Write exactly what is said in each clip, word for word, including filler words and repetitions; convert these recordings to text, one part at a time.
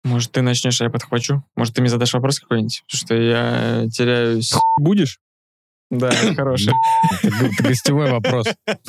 Может, ты начнешь, а я подхвачу? Может, ты мне задашь вопрос какой-нибудь? Потому что я теряюсь. Будешь? Да, хороший. Это гостевой вопрос.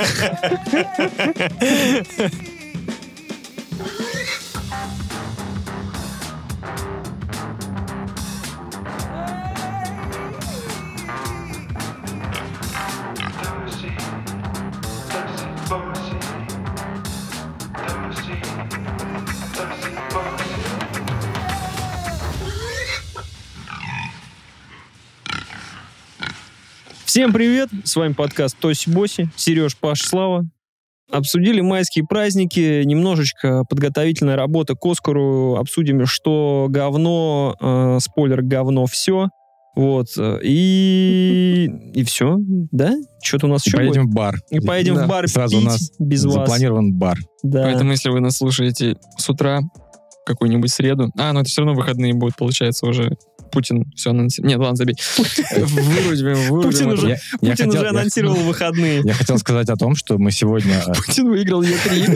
Всем привет! С вами подкаст Тоси-Боси, Сереж, Паш, Слава. Обсудили майские праздники, немножечко подготовительная работа к Оскару, обсудим, что говно, э, спойлер, говно все. Вот, и, и все, да? Что-то у нас и еще поедем будет? в бар. И поедем да. в бар Сразу пить у нас без запланирован вас. бар. Да. Поэтому, если вы нас слушаете с утра, какую-нибудь среду... А, ну это все равно выходные будут, получается, уже... Путин все анонсировал. Нет, ладно, забей. Вырубим, вырубим. Путин уже, Я- я Путин хотел- уже я- анонсировал выходные. Я хотел сказать о том, что мы сегодня... э, Путин выиграл Е три.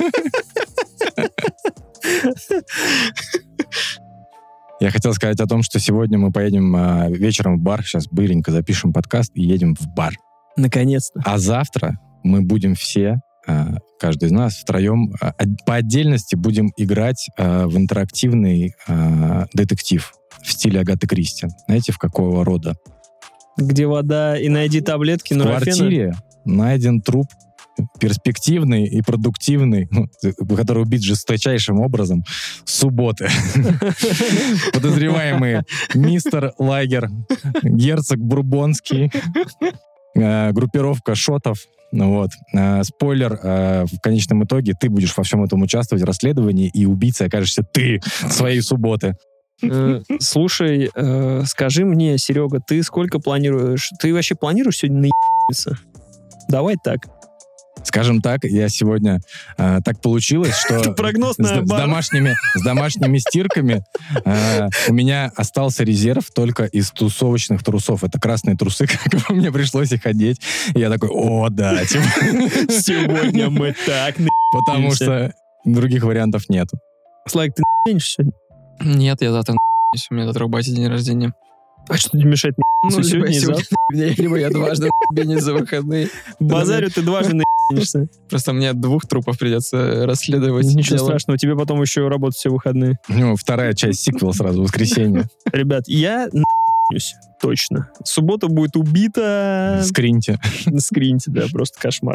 Я хотел сказать о том, что сегодня мы поедем э, вечером в бар, сейчас быренько запишем подкаст и едем в бар. Наконец-то. А завтра мы будем все, э, каждый из нас, втроем, э, от- по отдельности будем играть э, в интерактивный э, детектив в стиле Агаты Кристи. Знаете, в какого рода? Где вода и найди таблетки В нурофена. квартире найден труп перспективный и продуктивный, ну, который убит жесточайшим образом, с субботы. Подозреваемые мистер Лагер, герцог Бурбонский, э, группировка шотов. Ну вот. Э, спойлер, э, в конечном итоге ты будешь во всем этом участвовать в расследовании, и убийцей окажешься ты своей субботы. Э, Слушай, э, скажи мне, Серега, ты сколько планируешь? Ты вообще планируешь сегодня наебаться? Давай так. Скажем так, я сегодня э, так получилось, что Прогноз с, на с бар. домашними, с домашними стирками э, у меня остался резерв только из тусовочных трусов. Это красные трусы, как мне пришлось их одеть. И я такой, о, да, типа, Сегодня мы так на... потому что других вариантов нету. Слайк, ты наебнешься сегодня? Нет, я завтра на***юсь, у меня завтра у бати день рождения. А что тебе мешает Ну, наебнуться либо сегодня и сегодня завтра? либо я дважды на***бение за выходные. Базарю ты дважды наебнешься. Просто мне двух трупов придется расследовать. Ничего дело. страшного, тебе потом еще работать все выходные. Ну, вторая часть сиквел сразу, воскресенье. Ребят, я наебнусь, точно. Суббота будет убита... Скриньте. На скринте, да, просто кошмар.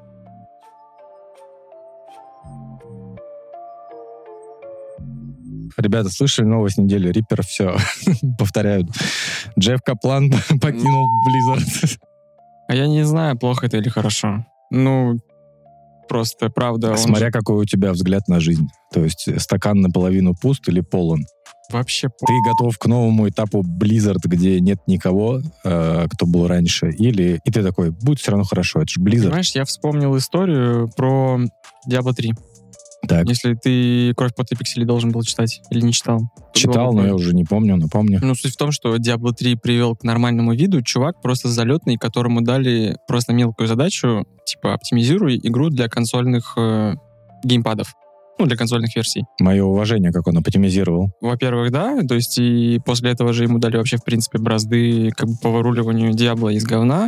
Ребята, слышали новость недели? Риппер все повторяют. Джефф Каплан покинул Blizzard. А я не знаю, плохо это или хорошо. Ну, просто, правда, он Смотря же какой у тебя взгляд на жизнь. То есть стакан наполовину пуст или полон. вообще... по- Ты готов к новому этапу Blizzard, где нет никого, э, кто был раньше? Или и ты такой, будет все равно хорошо, это же Blizzard. Понимаешь, я вспомнил историю про Diablo три. Так, Если ты «Кровь, пот и пиксели» должен был читать или не читал. то читал, было бы- но я уже не помню, но помню. Ну, суть в том, что Diablo три привел к нормальному виду чувак просто залетный, которому дали просто мелкую задачу, типа, оптимизируй игру для консольных э, геймпадов. Ну, для консольных версий. Мое уважение, как он оптимизировал. Во-первых, да, то есть и после этого же ему дали вообще, в принципе, бразды как бы по выруливанию Диабло из говна,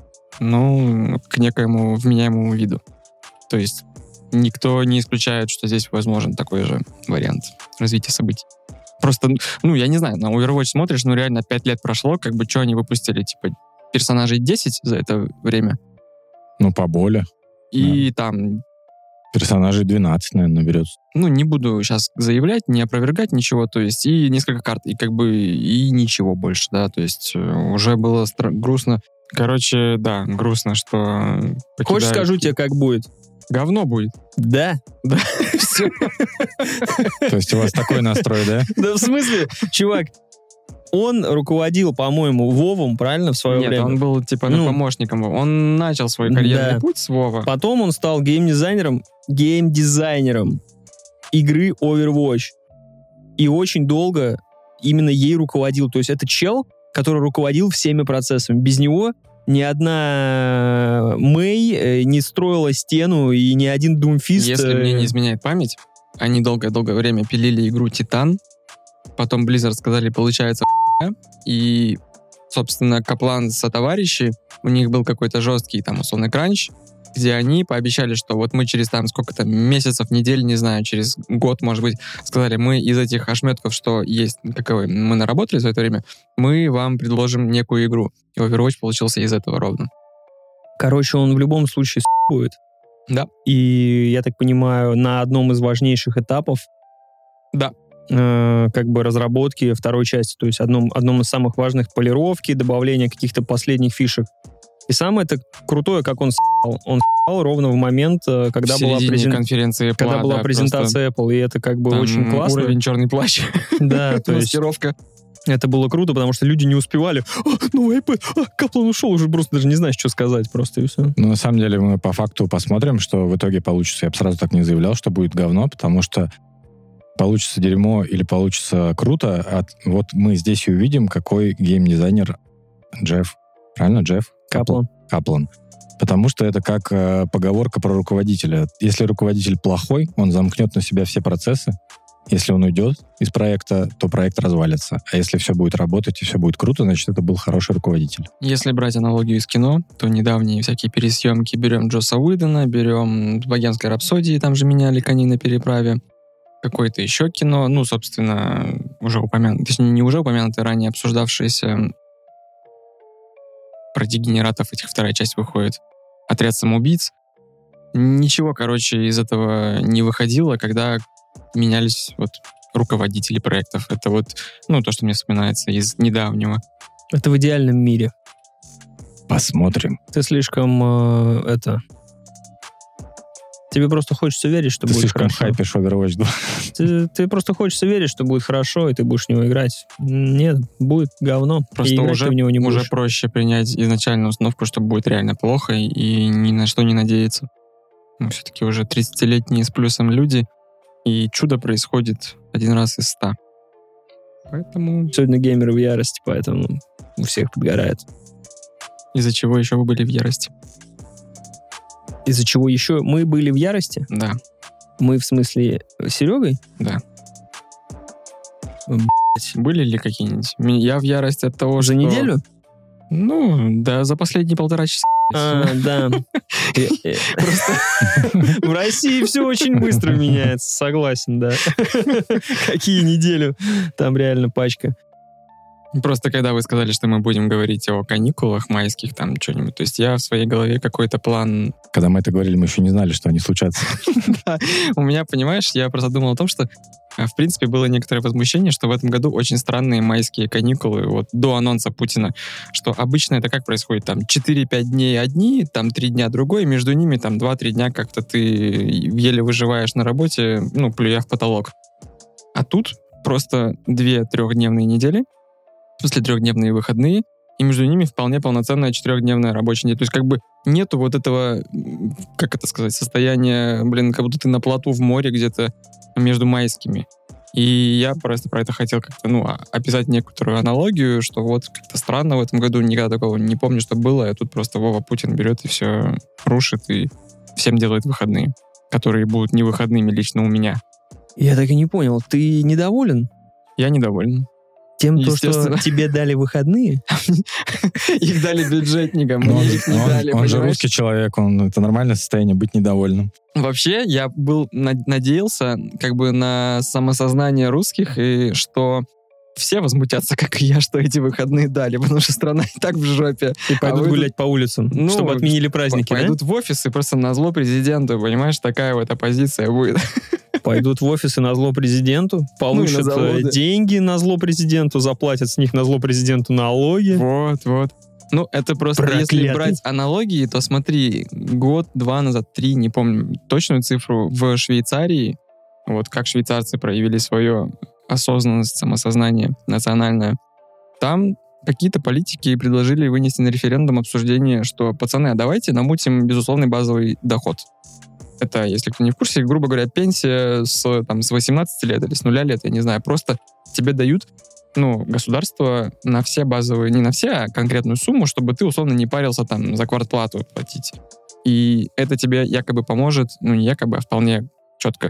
ну, к некоему вменяемому виду. То есть никто не исключает, что здесь возможен такой же вариант развития событий. Просто, ну, я не знаю, на Overwatch смотришь, ну, реально пять лет прошло, как бы, что они выпустили, типа, персонажей десять за это время, Ну, поболе. и там, Персонажей двенадцать, наверное, наберется. ну, не буду сейчас заявлять, не опровергать ничего, то есть, и несколько карт, и как бы, и ничего больше, да, то есть, э, уже было стра- грустно. Короче, да, грустно, что... Хочешь, покидают- скажу тебе, как будет? Говно будет. Да. Да, все. То есть у вас такой настрой, да? Да в смысле, чувак, он руководил, по-моему, Вовом, правильно, в свое Нет, время? он был, типа, Ну. ну, помощником. Он начал свой карьерный Да. путь с Вова. Потом он стал геймдизайнером, геймдизайнером игры Overwatch. И очень долго именно ей руководил. То есть это чел, который руководил всеми процессами. Без него ни одна Мэй э, не строила стену, и ни один Doomfist... Если э, мне не изменяет память, они долгое-долгое время пилили игру «Титан», потом Blizzard сказали, получается, и, собственно, Каплан сотоварищи, у них был какой-то жесткий, там, условный кранч, где они пообещали, что вот мы через там сколько-то месяцев, недель, не знаю, через год, может быть, сказали, мы из этих ошметков, что есть, каковы мы наработали за это время, мы вам предложим некую игру. И Overwatch получился из этого ровно. Короче, он в любом случае с***ет. Да. И, я так понимаю, на одном из важнейших этапов Да. э, как бы разработки второй части, то есть одном, одном из самых важных полировки, добавления каких-то последних фишек. И самое это крутое, как он с***ал. Он с***ал ровно в момент, когда, была, презен... конференции Apple, когда была да, презентация Apple, и это как бы очень классно. Уровень черный плащ. Да, то есть маскировка. это было круто, потому что люди не успевали. А, новый iPad, а, Каплан ушел, уже просто даже не знаешь, что сказать, просто и все. Ну, на самом деле, мы по факту посмотрим, что в итоге получится. Я бы сразу так не заявлял, что будет говно, потому что получится дерьмо или получится круто. А вот мы здесь и увидим, какой геймдизайнер Джефф. Правильно, Джефф? Каплан. Каплан. Потому что это как э, поговорка про руководителя. Если руководитель плохой, он замкнет на себя все процессы. Если он уйдет из проекта, то проект развалится. А если все будет работать и все будет круто, значит, это был хороший руководитель. Если брать аналогию из кино, то недавние всякие пересъемки берем Джосса Уидона, берем «Богемской рапсодии», там же меняли коней на переправе. Какое-то еще кино, ну, собственно, уже упомянутое, точнее, не уже упомянутое, ранее обсуждавшееся про дегенератов, этих вторая часть выходит. «Отряд самоубийц». Ничего, короче, из этого не выходило, когда менялись вот руководители проектов. Это вот, ну, то, что мне вспоминается из недавнего. Это в идеальном мире. Посмотрим. Ты слишком, э, это... Тебе просто хочется верить, что Ты будет слишком хорошо. хайпишь Overwatch два. Ты, ты просто хочется верить, что будет хорошо, и ты будешь в него играть. Нет, будет говно. Просто и играть уже, ты в него не уже будешь. проще принять изначальную установку, что будет реально плохо, и ни на что не надеяться. Мы все-таки уже тридцатилетние с плюсом люди, и чудо происходит один раз из ста. Поэтому Сегодня геймеры в ярости, поэтому у всех подгорает. из-за чего еще вы были в ярости. Из-за чего еще мы были в ярости? Да, Мы, в смысле, с Серегой? да. Блять. Были ли какие-нибудь? М- Я в ярости от того, За что... неделю? Ну, да, за последние полтора часа. А, да. Э, э, В России все очень быстро меняется, согласен, да. Какие неделю? Там реально пачка. Просто когда вы сказали, что мы будем говорить о каникулах майских, там, что-нибудь, то есть я в своей голове какой-то план... Когда мы это говорили, мы еще не знали, что они случатся. Да, у меня, понимаешь, я просто думал о том, что, а, в принципе, было некоторое возмущение, что в этом году очень странные майские каникулы, вот до анонса Путина, что обычно это как происходит, там, четыре-пять дней одни, там, три дня другой, между ними, там, два-три дня как-то ты еле выживаешь на работе, ну, плюя в потолок. А тут просто две трехдневные недели, в смысле трехдневные выходные, и между ними вполне полноценная четырехдневная рабочая неделя. То есть как бы нету вот этого, м, как это сказать, состояния, блин, как будто ты на плоту в море где-то между майскими. И я просто про это хотел как-то, ну, а- описать некоторую аналогию, что вот как-то странно в этом году, никогда такого не помню, что было, а тут просто Вова Путин берет и все рушит, и всем делает выходные, которые будут не выходными лично у меня. Я так и не понял, ты недоволен Я недоволен. тем, то, что Естественно. тебе дали выходные? Их дали бюджетникам, Но мне он, их не он- дали, он же понимаешь? русский человек, он, это нормальное состояние быть недовольным. Вообще, я был над- надеялся как бы на самосознание русских, и что все возмутятся, как и я, что эти выходные дали, потому что страна и так в жопе. И пойдут вы гулять по улицам, Ну, чтобы отменили праздники, П- да? Пойдут в офис и просто назло президенту, понимаешь, такая вот оппозиция будет. Пойдут в офисы на зло президенту, получат на заводы. э, деньги на зло президенту, заплатят с них на зло президенту налоги. Вот, вот. Ну, это просто, если Проклятый. брать аналогии, то смотри, год-два назад, три, не помню точную цифру, в Швейцарии, вот как швейцарцы проявили свое осознанность, самосознание национальное, там какие-то политики предложили вынести на референдум обсуждение, что, пацаны, а давайте намутим безусловный базовый доход. Это, если кто не в курсе, грубо говоря, пенсия с, там, с восемнадцати лет или с нуля лет, я не знаю, просто тебе дают, ну, государство на все базовые, не на все, а конкретную сумму, чтобы ты, условно, не парился там за квартплату платить. И это тебе якобы поможет, ну, не якобы, а вполне четко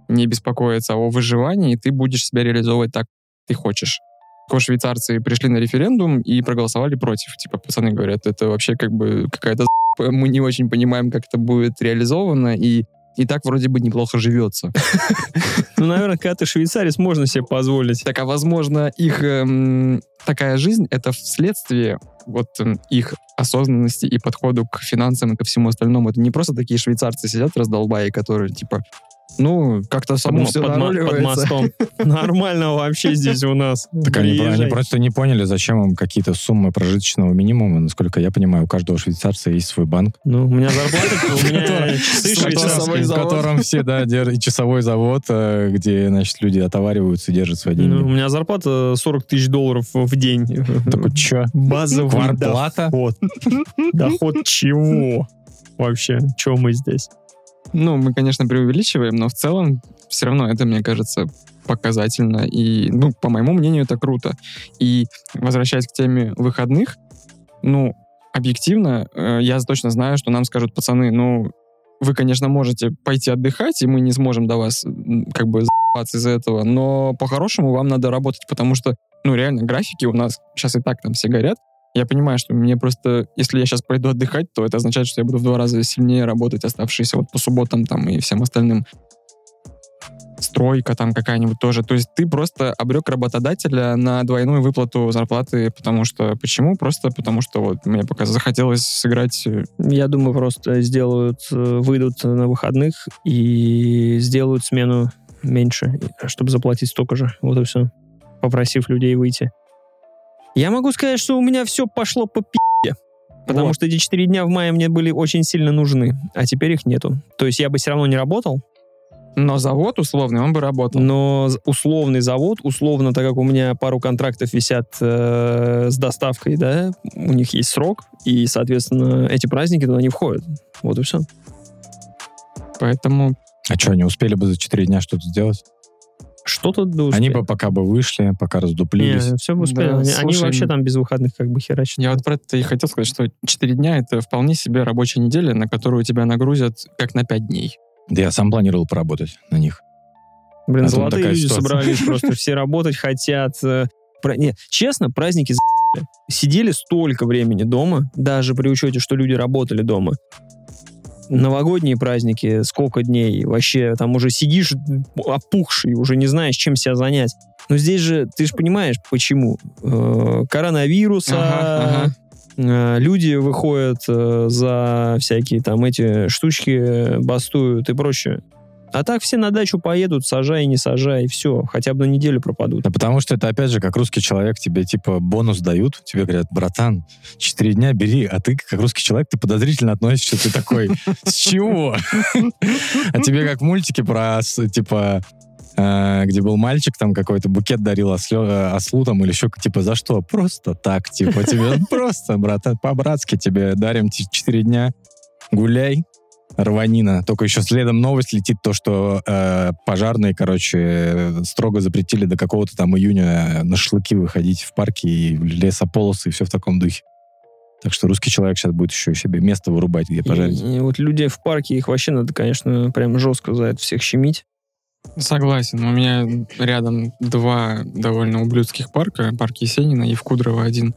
не беспокоиться о выживании, и ты будешь себя реализовывать так, как ты хочешь. Ко швейцарцы пришли на референдум и проголосовали против. Типа, пацаны говорят, это вообще как бы какая-то з***, мы не очень понимаем, как это будет реализовано, и и так вроде бы неплохо живется. Ну, наверное, когда ты швейцарец, можно себе позволить. Так, а возможно, их эм, такая жизнь — это вследствие вот эм, их осознанности и подходу к финансам и ко всему остальному. Это не просто такие швейцарцы сидят раздолбаи, которые, типа, ну, как-то само Под, все под, мо- под наруливается. мостом. Нормально вообще здесь у нас. Так они, Приезжай. они просто не поняли, зачем им какие-то суммы прожиточного минимума. Насколько я понимаю, у каждого швейцарца есть свой банк. Ну, у меня зарплата, у меня часы Свой часовой швейцарские. В завод. котором все, да, держат, и часовой завод, э, где, значит, люди отовариваются и держат свои деньги. Ну, у меня зарплата сорок тысяч долларов в день. Такой, чё? Базовый Квартплата? доход. Доход чего? Вообще, чего мы здесь? Ну, мы, конечно, преувеличиваем, но в целом все равно это, мне кажется, показательно. И, ну, по моему мнению, это круто. И возвращаясь к теме выходных, ну, объективно, э, я точно знаю, что нам скажут, пацаны, ну, вы, конечно, можете пойти отдыхать, и мы не сможем до вас м, как бы за***аться из-за этого, но по-хорошему вам надо работать, потому что, ну, реально, графики у нас сейчас и так там все горят. Я понимаю, что мне просто, если я сейчас пойду отдыхать, то это означает, что я буду в два раза сильнее работать, оставшиеся вот по субботам там и всем остальным. Стройка там какая-нибудь тоже. То есть ты просто обрек работодателя на двойную выплату зарплаты, потому что... Почему? Просто потому что вот мне пока захотелось сыграть... Я думаю, просто сделают, э, выйдут на выходных и сделают смену меньше, чтобы заплатить столько же. Вот и все. Попросив людей выйти. Я могу сказать, что у меня все пошло по пи***е. Потому Вот. что эти четыре дня в мае мне были очень сильно нужны, а теперь их нету. То есть я бы все равно не работал, Но завод условный, он бы работал. но з- условный завод, условно, так как у меня пару контрактов висят э, с доставкой, да, у них есть срок, и, соответственно, эти праздники туда не входят. Вот и все. Поэтому А что, они успели бы за четыре дня что-то сделать? Что-то да Они успели. бы пока бы вышли, пока раздуплились. Не, все бы успели. Да, они, они слушай, вообще там без выходных как бы херачат. я вот про это и хотел сказать, что четыре дня — это вполне себе рабочая неделя, на которую тебя нагрузят как на пять дней. Да я сам планировал поработать на них. Блин, А тут золотые такая люди ситуация. собрались, просто все работать хотят. э, про- Не, честно, праздники за***ли. Сидели столько времени дома, даже при учете, что люди работали дома. Новогодние праздники, сколько дней, вообще там уже сидишь опухший, уже не знаешь, чем себя занять. Но здесь же, ты же понимаешь, почему. Э, Коронавируса, Ага, ага. э, люди выходят э, за всякие там эти штучки, бастуют и прочее. А так все на дачу поедут, сажай, не сажай, все, хотя бы на неделю пропадут. Да потому что это, опять же, как русский человек, тебе, типа, бонус дают, тебе говорят, братан, четыре дня бери, а ты, как русский человек, ты подозрительно относишься, ты такой, с чего? А тебе как в мультике про, с- типа, э, где был мальчик, там какой-то букет дарил ослё- э, ослу, там, или еще, типа, за что? Просто так, типа, тебе просто, братан, по-братски тебе дарим т- четыре дня, гуляй, рванина. Только еще следом новость летит, то, что э, пожарные, короче, э, строго запретили до какого-то там июня на шашлыки выходить в парки и в лесополосы, и все в таком духе. Так что русский человек сейчас будет еще себе место вырубать, где пожарить. И, и вот людей в парке, их вообще надо, конечно, прям жестко за это всех щемить. Согласен. У меня рядом два довольно ублюдских парка. Парк Есенина и в Кудрово один.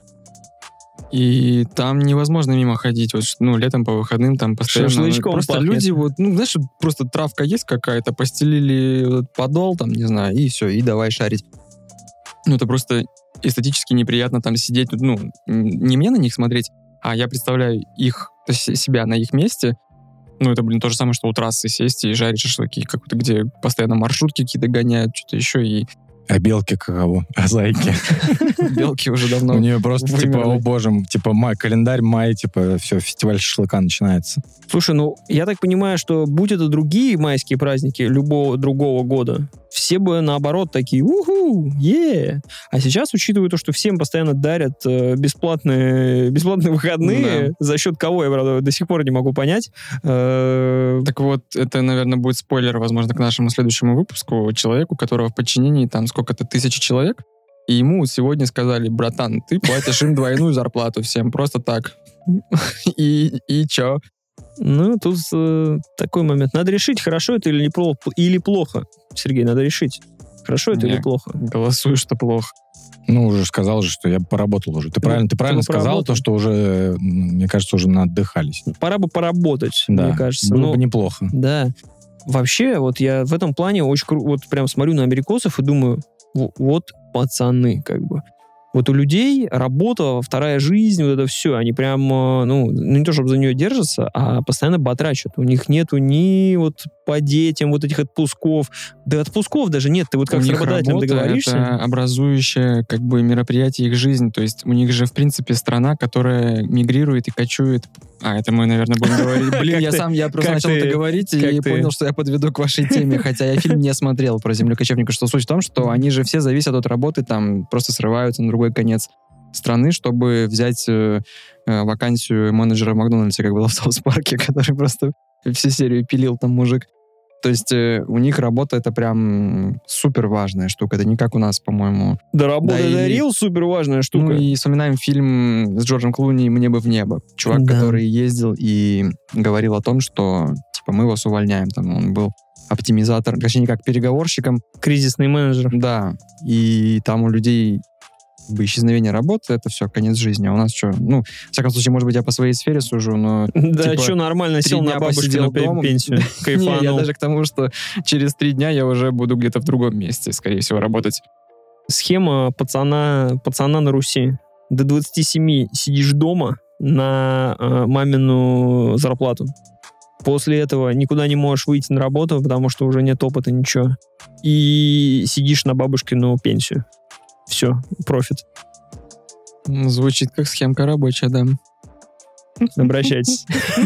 И там невозможно мимо ходить. Вот, ну, летом по выходным там постоянно... Шашлычком просто пахнет. люди, вот, ну, знаешь, вот просто травка есть какая-то, постелили вот подол, там, не знаю, и все, и давай шарить. Ну, это просто эстетически неприятно там сидеть. Ну, м, не мне на них смотреть, а я представляю их, то есть себя на их месте. Ну, это, блин, то же самое, что у трассы сесть и жарить шашлыки, какой-то, где постоянно маршрутки какие-то гоняют, что-то еще, и А белки каково? А зайки? белки уже У давно... нее просто, типа, вымерли. о боже, типа, май, календарь май, типа, все, фестиваль шашлыка начинается. Слушай, ну, я так понимаю, что будь это другие майские праздники любого другого года, все бы, наоборот, такие, уху, е А сейчас, учитывая то, что всем постоянно дарят э, бесплатные, бесплатные выходные, за счет кого, я, правда, до сих пор не могу понять. Э, Так вот, это, наверное, будет спойлер, возможно, к нашему следующему выпуску. Человеку, у которого в подчинении там сколько-то тысячи человек, и ему сегодня сказали, братан, ты платишь им двойную зарплату всем, просто так. И, и чё? Ну, тут э, такой момент. Надо решить, хорошо это или, не плохо, или плохо. Сергей, надо решить, хорошо это Не, или плохо. Голосую, что плохо. Ну, уже сказал же, что я поработал уже. Ты Ну, правильно, ты правильно ты сказал, поработал. то, что уже, мне кажется, уже наотдыхались. Пора бы поработать, Да, мне кажется. было Ну, бы неплохо. да. Вообще, вот я в этом плане очень кру- вот прям смотрю на америкосов и думаю, в- вот пацаны, как бы. Вот у людей работа, вторая жизнь, вот это все, они прям, э, ну, ну, не то чтобы за нее держатся, а постоянно батрачат. У них нету ни вот по детям вот этих отпусков. Да отпусков даже нет. Ты вот как У с них работодателем работа — договоришься. это образующее как бы мероприятие их жизни. То есть у них же, в принципе, страна, которая мигрирует и кочует. А, это мы, наверное, будем говорить. Блин, Как я ты- сам, я просто как начал ты- это говорить и как ты- понял, что я подведу к вашей теме, хотя я фильм не смотрел про землю кочевника. Что суть в том, что они же все зависят от работы, там просто срываются на другой конец страны, чтобы взять э, э, вакансию менеджера в Макдональдсе, как было в Саус Парке, который просто всю серию пилил там мужик. То есть э, у них работа — это прям супер важная штука. Это не как у нас, по-моему. Да, работа Да, это и- рил супер важная штука. Ну и вспоминаем фильм с Джорджем Клуни «Мне бы в небо». Чувак, Да. который ездил и говорил о том, что типа мы вас увольняем. Там он был оптимизатор, точнее, как переговорщиком. Кризисный менеджер. Да. И там у людей как бы исчезновение работы — это все, конец жизни. А у нас что? Ну, в всяком случае, может быть, я по своей сфере сужу, но... Да, типа, что, нормально, три сел на дня бабушкину посидел пе- дома. пенсию, Не, я кайфанул. даже к тому, что через три дня я уже буду где-то в другом месте, скорее всего, работать. Схема пацана, пацана на Руси. До двадцати семи сидишь дома на э, мамину зарплату. После этого никуда не можешь выйти на работу, потому что уже нет опыта, ничего. И сидишь на бабушкину пенсию. Все, профит. Ну, звучит как схемка рабочая, да. Обращайтесь.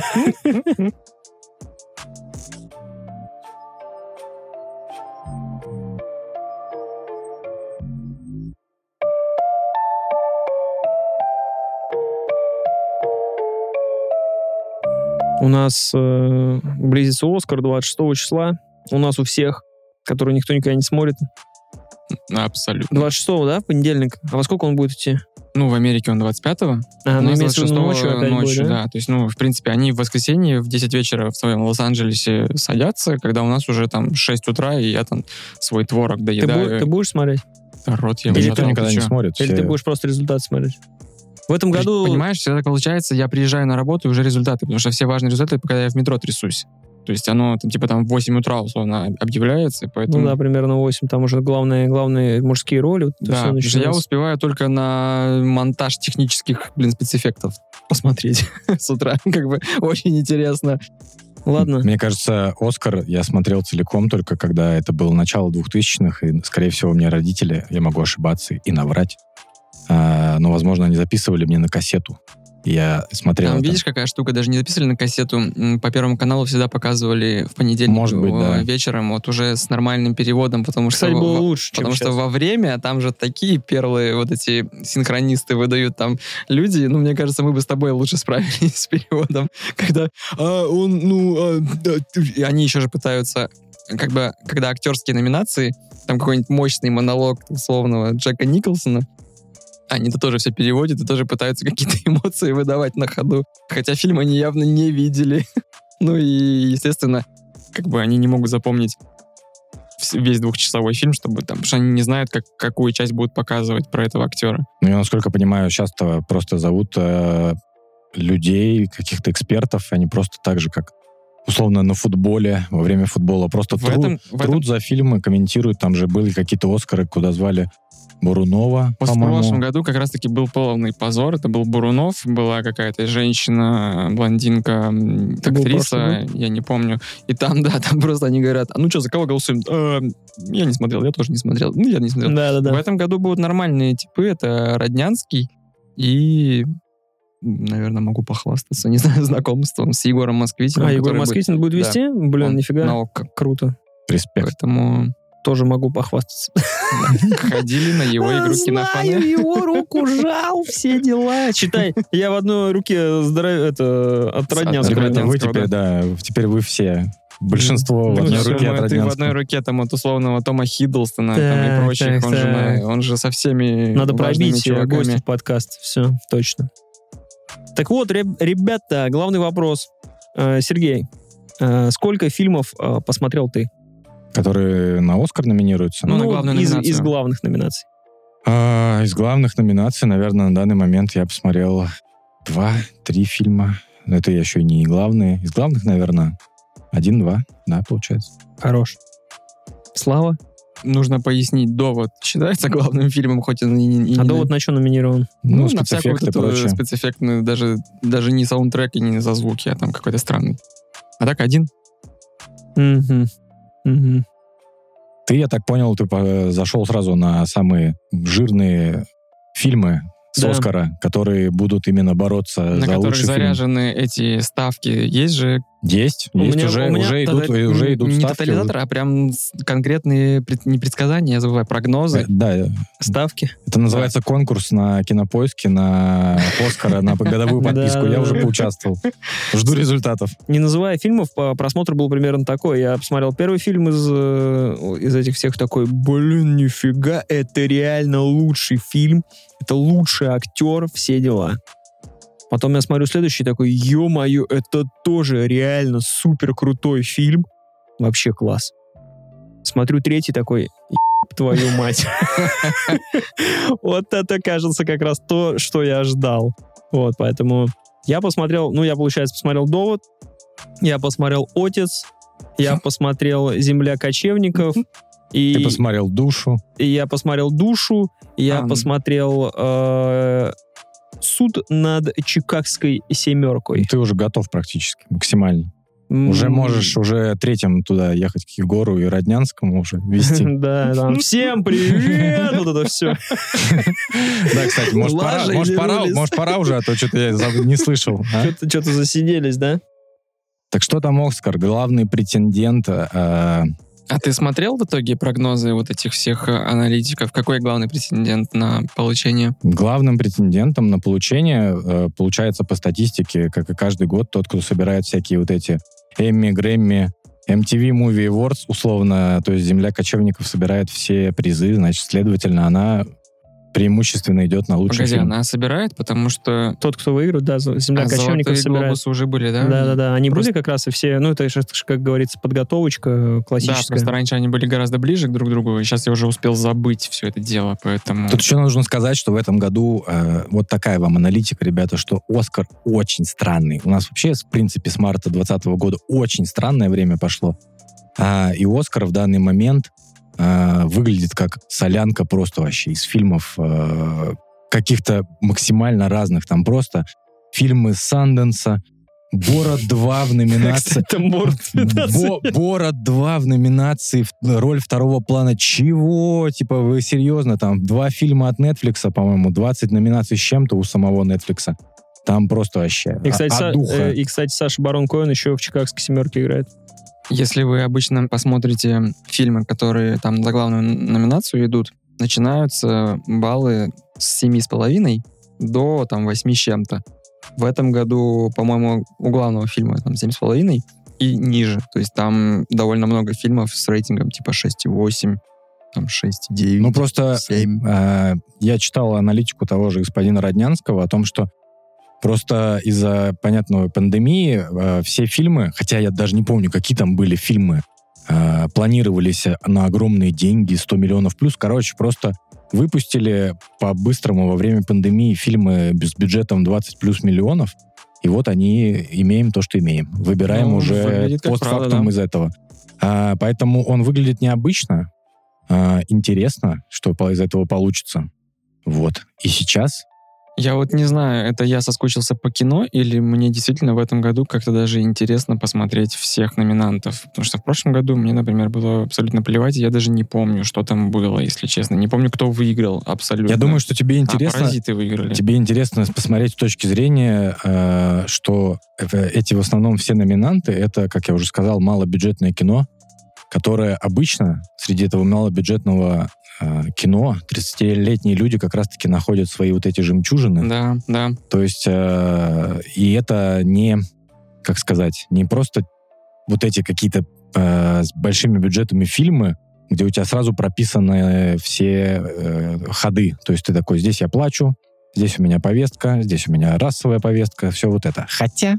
У нас э, близится Оскар двадцать шестого числа. У нас у всех, которые никто никогда не смотрит. Абсолютно. двадцать шестого, да, в понедельник? А во сколько он будет идти? Ну, в Америке он двадцать пятого. А, У ну, нас имеется в виду двадцать шестого ночью опять ночью, будет, да? да. То есть, ну, в принципе, они в воскресенье в десять вечера в своем Лос-Анджелесе садятся, когда у нас уже там шесть утра, и я там свой творог Ты, доедаю. бу- ты будешь смотреть? Рот я Да уже никто там, никогда ты не чё? смотрит. Или все- ты будешь просто результат смотреть? В этом При- году... Понимаешь, всегда получается, я приезжаю на работу, и уже результаты, потому что все важные результаты, когда я в метро трясусь. То есть оно там, типа там в восемь утра условно объявляется, и поэтому... Ну да, примерно восемь. Там уже главные, главные мужские роли. Вот это Да, всё потому что я начинается. успеваю только на монтаж технических, блин, спецэффектов посмотреть с утра. Как бы очень интересно. Ладно. Мне кажется, «Оскар» я смотрел целиком только когда это было начало двухтысячных, и, скорее всего, у меня родители, я могу ошибаться и наврать, а, но, возможно, они записывали мне на кассету. И я смотрел Там, это. видишь, какая штука, даже не записывали на кассету. М, По Первому каналу всегда показывали в понедельник Может быть, э, да. вечером, вот уже с нормальным переводом, потому Кстати, что... было во- лучше, чем Потому что сейчас. во время там же такие перлы, вот эти синхронисты выдают там люди. Ну, мне кажется, мы бы с тобой лучше справились с переводом. Когда а, он, ну... а, да, ты-» и они еще же пытаются... Как бы, когда актерские номинации, там какой-нибудь мощный монолог условного Джека Николсона, они-то тоже все переводят и тоже пытаются какие-то эмоции выдавать на ходу. Хотя фильм они явно не видели. Ну и, естественно, как бы они не могут запомнить вс- весь двухчасовой фильм, чтобы там, потому что они не знают, как, какую часть будут показывать про этого актера. Ну, я, насколько понимаю, часто просто зовут э, людей, каких-то экспертов, они просто так же, как условно на футболе, во время футбола, просто В тру- этом, в этом труд за фильмы, комментируют, там же были какие-то «Оскары», куда звали Бурунова, в по-моему. прошлом году как раз-таки был полный позор. Это был Бурунов, была какая-то женщина, блондинка, м, Это был актриса, прошлый я не помню. И там, да, там просто они говорят, а ну что, за кого голосуем? «Э, я не смотрел, я тоже не смотрел. Ну, я не смотрел. В Да-да-да. этом году будут нормальные типы. Это Роднянский и, наверное, могу похвастаться, не знаю, знакомством с Егором Москвитиным. А, Егор который будет Москвитин будет да. вести? Блин, Он нифига. на ОККО. Круто. Респект. Поэтому Тоже могу похвастаться. ходили на его игру Знаю, кинофаны. его руку жал, все дела. Читай, я в одной руке здоровье, это, от Роднянского. Ребята, вы Роднянского, теперь, да, теперь вы все. Большинство в Ну, одной всё, руке думаю, от ты в Роднянского. одной руке там от условного Тома Хиддлстона там, Так, и прочих. так, Он, же, так. на- он же со всеми Надо важными пробить э, чуваками. гостя в подкаст. Все, точно. Так вот, реб- ребята, главный вопрос. Э, Сергей, э, сколько фильмов э, посмотрел ты? Которые на Оскар номинируются? Ну, на главную из, номинацию. из главных номинаций. А, из главных номинаций, наверное, на данный момент я посмотрел два-три фильма. Но это еще и не главные. Из главных, наверное, один-два, да, получается. Хорош. Слава? Нужно пояснить, «Довод» считается главным фильмом, хоть он и не... и А не «Довод» на что номинирован? Ну, на всякую спецэффекты и вот эту прочее. спецэффектную, даже, даже не саундтрек и не за звуки, а там какой-то странный. А так один. Мгм. Мгм. Ты, я так понял, ты по- зашел сразу на самые жирные фильмы с Да. Оскара, которые будут именно бороться На за которых лучший фильм. заряжены эти ставки. Есть же Есть, У есть меня- уже, у меня уже тогда идут, уже не, идут не ставки. тотализатор, а прям с- конкретные пред- не предсказания, я забываю, прогнозы. Да, Ставки? это называется конкурс на Кинопоиске, на Оскара, на годовую подписку. Я уже Да-да-да. поучаствовал. Жду результатов. Не называя фильмов, по- просмотр был примерно такой. Я посмотрел первый фильм из, э, из этих всех, такой, блин, нифига, это реально лучший фильм, это лучший актер, все дела. Потом я смотрю следующий, такой, ё-моё, это тоже реально супер крутой фильм, вообще класс. Смотрю третий, такой, еб твою мать. Вот это, кажется, как раз то, что я ждал. Вот, поэтому я посмотрел, ну, я, получается, посмотрел «Довод», я посмотрел «Отец», я посмотрел «Земля кочевников», и, Ты посмотрел «Душу». и я посмотрел «Душу», и я А, ну. посмотрел э, «Суд над Чикагской семеркой». Ты уже готов практически, максимально. М, Уже можешь уже третьим туда ехать к Егору и Роднянскому уже везти. Да, там, всем привет, вот это все. Да, кстати, может пора, Лажей может пора, вернулись. может пора уже, а то что-то я заб- не слышал. а? Что-то засиделись, да? Так что там Оскар? Главный претендент. э, А ты смотрел в итоге прогнозы вот этих всех э, аналитиков? Какой главный претендент на получение? Главным претендентом на получение э, получается по статистике, как и каждый год, тот, кто собирает всякие вот эти Эмми, Грэмми, эм ти ви Movie Awards, условно, то есть «Земля кочевников» собирает все призы, значит, следовательно, она преимущественно идет на лучший Погоди, фильм. она собирает, потому что Тот, кто выиграет, да, «Земля а кочевников» золотые собирает. глобусы уже были, да? Да-да-да, они Просто- были как раз и все, ну, это же, как говорится, подготовочка Да, классическая. просто раньше они были гораздо ближе друг к другу, и сейчас я уже успел забыть все это дело, поэтому... Тут еще нужно сказать, что в этом году э, вот такая вам аналитика, ребята, что Оскар очень странный. У нас вообще, в принципе, с марта двадцатого года очень странное время пошло. А, и Оскар в данный момент э, выглядит как солянка просто вообще из фильмов э, каких-то максимально разных. Там просто фильмы Санденса, «Борат два» в номинации... Это Морд. Бо- «Борат два» в номинации в роль второго плана. Чего? Типа, вы серьезно? Там два фильма от Netflix, по-моему, двадцать номинаций с чем-то у самого Netflix. Там просто вообще И, кстати, от Са- духа. э, и, кстати, Саша Барон Коэн еще в «Чикагской семерке» играет. Если вы обычно посмотрите фильмы, которые там за главную номинацию идут, начинаются баллы с семи с половиной до там восьми с чем-то. В этом году, по-моему, у главного фильма там семь с половиной и ниже. То есть там довольно много фильмов с рейтингом типа шесть и восемь, там шесть и девять. Ну, просто семь. э, я читал аналитику того же господина Роднянского о том, что просто из-за, понятного, пандемии э, все фильмы, хотя я даже не помню, какие там были фильмы, э, планировались на огромные деньги, сто миллионов плюс. Короче, просто выпустили по-быстрому во время пандемии фильмы с бюджетом двадцать плюс миллионов, и вот они имеем то, что имеем. Выбираем Ну, уже выглядит как постфактум правда, да. из этого. А, поэтому он выглядит необычно, а, интересно, что по- из этого получится. Вот. И сейчас Я вот не знаю, это я соскучился по кино, или мне действительно в этом году как-то даже интересно посмотреть всех номинантов. Потому что в прошлом году мне, например, было абсолютно плевать, и я даже не помню, что там было, если честно. Не помню, кто выиграл абсолютно. я думаю, что тебе А, интересно... «Паразиты» выиграли. Тебе интересно посмотреть с точки зрения, э, что э, эти в основном все номинанты, это, как я уже сказал, малобюджетное кино, которое обычно среди этого малобюджетного э, кино тридцатилетние люди как раз-таки находят свои вот эти жемчужины. Да, да. То есть, э, и это не, как сказать, не просто вот эти какие-то э, с большими бюджетами фильмы, где у тебя сразу прописаны все э, ходы. То есть ты такой, здесь я плачу, здесь у меня повестка, здесь у меня расовая повестка, все вот это. Хотя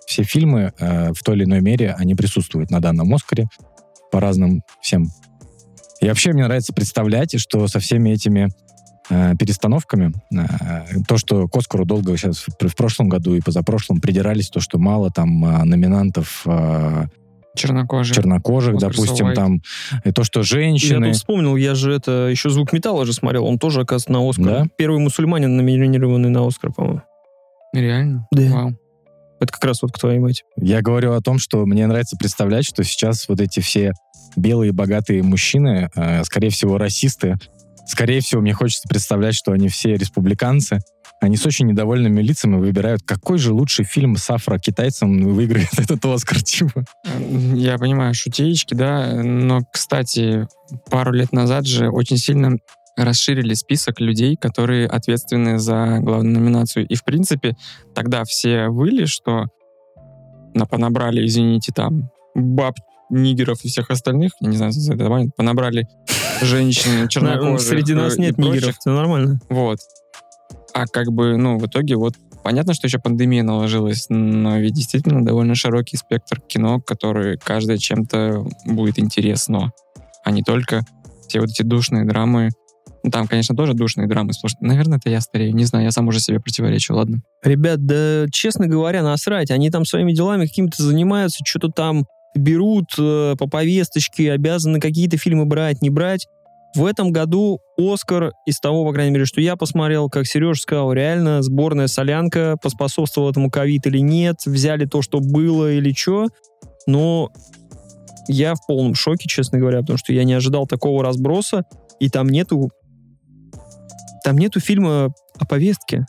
все фильмы э, в той или иной мере, они присутствуют на данном Оскаре по разным всем. И вообще мне нравится представлять, что со всеми этими э, перестановками, э, то, что к Оскару долго сейчас в, в прошлом году и позапрошлом придирались, то, что мало там э, номинантов э, чернокожих, чернокожих Оскар допустим, White. Там, и то, что женщины... Я тут вспомнил, я же это еще «Звук металла» же смотрел, он тоже, оказывается, на Оскар. Да? Первый мусульманин, номинированный на Оскар, по-моему. Реально? Да. Вау. Это как раз вот к твоей мать. Я говорю о том, что мне нравится представлять, что сейчас вот эти все белые богатые мужчины, э, скорее всего, расисты, скорее всего, мне хочется представлять, что они все республиканцы, они с очень недовольными лицами выбирают, какой же лучший фильм с афро-китайцем выиграет этот Оскар, типа. Я понимаю, шутеечки, да, но, кстати, пару лет назад же очень сильно расширили список людей, которые ответственны за главную номинацию. И, в принципе, тогда все выли, что на понабрали, извините, там, баб, нигеров и всех остальных, я не знаю, за это нормально, понабрали женщин, чернокожих. Среди нас и нет прочих. нигеров, это нормально. Вот. А как бы, ну, в итоге вот понятно, что еще пандемия наложилась, но ведь действительно довольно широкий спектр кино, который каждое чем-то будет интересно, а не только все вот эти душные драмы. Ну, там, конечно, тоже душные драмы. Слушай, наверное, это я старею. Не знаю, я сам уже себе противоречу, ладно. Ребят, да, честно говоря, насрать. Они там своими делами какими-то занимаются, что-то там берут э, по повесточке, обязаны какие-то фильмы брать, не брать. В этом году Оскар, из того, по крайней мере, что я посмотрел, как Сережа сказал, реально сборная солянка, поспособствовала этому ковид или нет, взяли то, что было или что. Но я в полном шоке, честно говоря, потому что я не ожидал такого разброса, и там нету там нету фильма о повестке.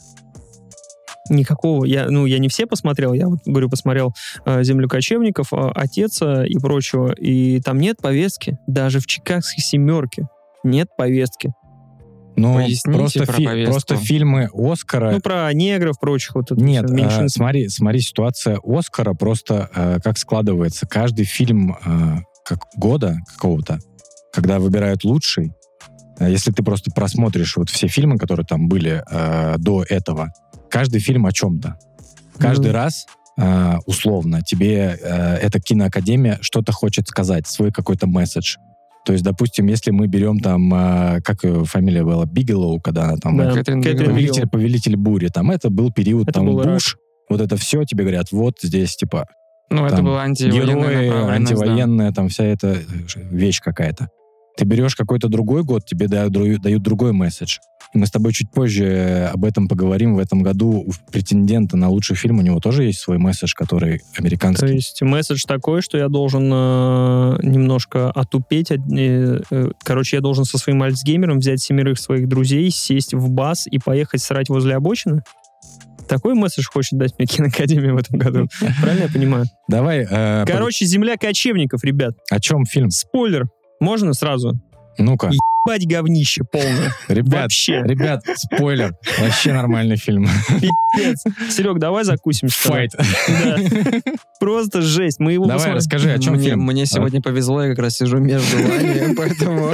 Никакого. Я, ну, я не все посмотрел, я вот, говорю, посмотрел э, «Землю кочевников», э, «Отеца» и прочего, и там нет повестки. Даже в «Чикагской семерке» нет повестки. Ну, Поясните просто, про фи- повестку. просто фильмы Оскара... Ну, про негров, прочих вот это Нет, всё, э, меньшинств. смотри, смотри, ситуация Оскара просто э, как складывается. Каждый фильм э, как года какого-то, когда выбирают лучший, э, если ты просто просмотришь вот все фильмы, которые там были э, до этого, каждый фильм о чем-то. Каждый Ну. раз, э, условно, тебе э, эта киноакадемия что-то хочет сказать, свой какой-то месседж. То есть, допустим, если мы берем там, э, как ее фамилия была, Бигелоу, когда она там... Да, Кэтрин Кэтрин Бигелоу. Повелитель, повелитель бури, там это был период, Это там был Буш, вот это все, тебе говорят, вот здесь, типа, Ну, это там была антивоенная герои, направленность, да. антивоенная, там вся эта вещь какая-то. Ты берешь какой-то другой год, тебе дают, дру- дают другой месседж. И мы с тобой чуть позже об этом поговорим. В этом году у претендента на лучший фильм у него тоже есть свой месседж, который американский. То есть месседж такой, что я должен э, немножко отупеть. от- э, э, короче, я должен со своим альцгеймером взять семерых своих друзей, сесть в бас и поехать срать возле обочины? Такой месседж хочет дать мне киноакадемия в этом году. Правильно я понимаю? Давай, э, Короче, «Земля кочевников», ребят. пог- о чем фильм? Спойлер. Можно сразу? Ну-ка, Ебать говнище полное. ребят, Вообще. ребят, спойлер. Вообще нормальный фильм. Пипец. Серег, давай закусимся. тогда. Файт. Да. Просто жесть. Мы его Давай, посмотрим. расскажи, о чем мне, фильм. мне сегодня повезло, я как раз сижу между вами, поэтому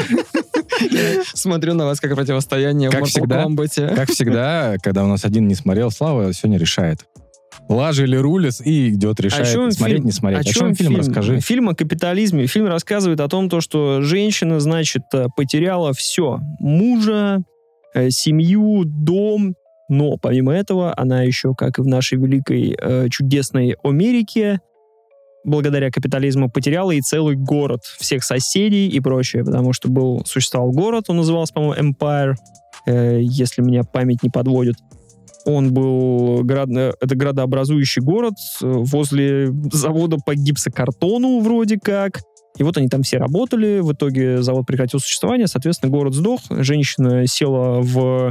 я смотрю на вас как противостояние в Как Mortal всегда. Kombat. Как всегда, когда у нас один не смотрел, Слава сегодня решает. Лажа или Рулис, и идет, решает, чем смотреть, фильм? не смотреть. О О чем фильм, расскажи. Фильм о капитализме. Фильм рассказывает о том, то, что женщина, значит, э, потеряла все. Мужа, э, семью, дом. Но помимо этого, она еще, как и в нашей великой э, чудесной Америке, благодаря капитализму потеряла и целый город, всех соседей и прочее. Потому что был, существовал город, он назывался, по-моему, Empire, э, если меня память не подводит. Он был, град- это градообразующий город возле завода по гипсокартону вроде как. И вот они там все работали, в итоге завод прекратил существование, соответственно, город сдох, женщина села в,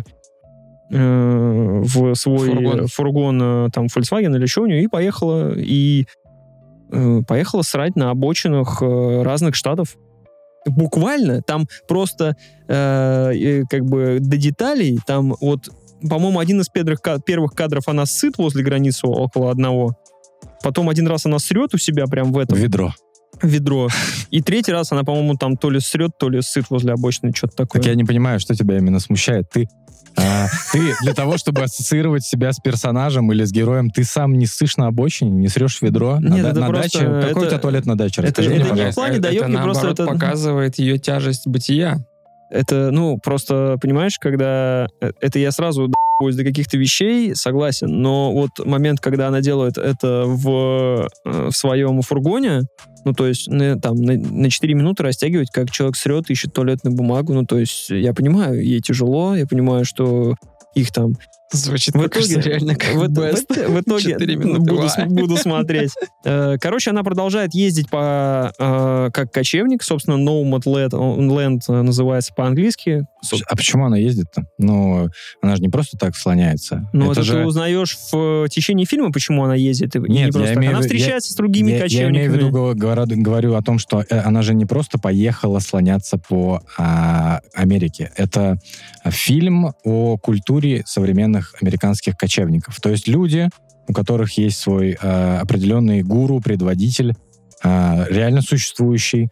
э, в свой Фургон. фургон, э, там, Volkswagen или что у нее, и поехала, и э, поехала срать на обочинах э, разных штатов. Буквально, там просто э, э, как бы до деталей, там вот по-моему, один из первых, первых кадров она сыт возле границы около одного. Потом один раз она срет у себя прям в этом Ведро. ведро. И третий раз она, по-моему, там то ли срет, то ли сыт возле обочины, что-то такое. Так я не понимаю, что тебя именно смущает. Ты А, ты для того, чтобы ассоциировать себя с персонажем или с героем, ты сам не ссышь на обочине, не срешь ведро на, Нет, да- это на просто- даче. Какой это- у тебя туалет на даче? это- Расскажи это мне, не в пожалуйста. плане даёт, это, мне просто наоборот, это- показывает ее тяжесть бытия. Это, ну, просто, понимаешь, когда... э, Это я сразу до каких-то вещей, согласен, но вот момент, когда она делает это в, э, в своем фургоне, ну, то есть на, там, на, на четыре минуты растягивать, как человек срет, ищет туалетную бумагу, ну, то есть я понимаю, ей тяжело, я понимаю, что их там... Звучит В пока итоге, что реально как в, в- best. в итоге Четыре минуты, буду, ва. с- буду смотреть. Э, Короче, она продолжает ездить по э, как кочевник, собственно, Nomad Land, Land называется по-английски. А почему она ездит-то? Ну, она же не просто так слоняется. Ну, это, же... ты узнаешь в течение фильма, почему она ездит. и не Нет, просто я так. имею Она в виду- встречается с другими я, я кочевниками. имею в виду, го- говорю, говорю о том, что э, она же не просто поехала слоняться по а, Америке. Это фильм о культуре современных американских кочевников. То есть люди, у которых есть свой а, определенный гуру, предводитель, а, реально существующий.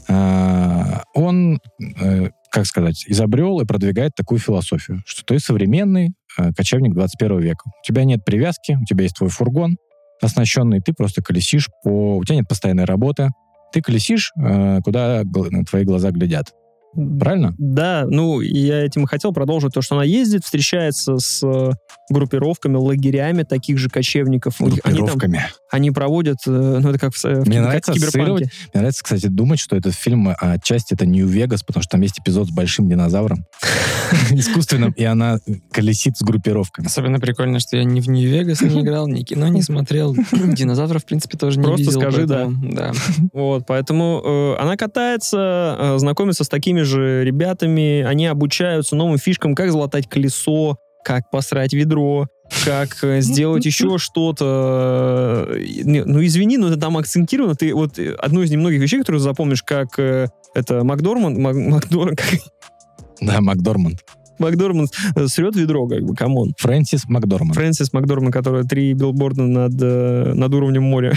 А, он, э, как сказать, изобрел и продвигает такую философию, что ты современный э, кочевник двадцать первого века. У тебя нет привязки, у тебя есть твой фургон, оснащенный, ты просто колесишь по... У тебя нет постоянной работы, ты колесишь, э, куда гл- твои глаза глядят. Правильно? Да, ну, я этим и хотел продолжить то, что она ездит, встречается с э, группировками, лагерями таких же кочевников. У них- Они, там, Группировками. они проводят, э, ну, это как в, э, в Мне кибер- нравится как в киберпанке. ассоциировать. Мне нравится, кстати, думать, что этот фильм а, отчасти это Нью-Вегас, потому что там есть эпизод с большим динозавром искусственным, и она колесит с группировками. Особенно прикольно, что я ни в Нью-Вегас не играл, ни кино не смотрел. Динозавров, в принципе, тоже не Просто видел. скажи поэтому, да. Вот, поэтому э, она катается, э, знакомится с такими же ребятами, они обучаются новым фишкам, как залатать колесо, как посрать ведро, как э, сделать еще что-то. Э, не, Ну, извини, но это там акцентировано. Ты вот э, одну из немногих вещей, которые запомнишь, как э, это Макдорманд, Мак- Макдор- как Да, Макдорманд. Макдорманд э, срет ведро, как бы, камон. Фрэнсис Макдорманд. Фрэнсис Макдорманд, который три билборда над, э, над уровнем моря.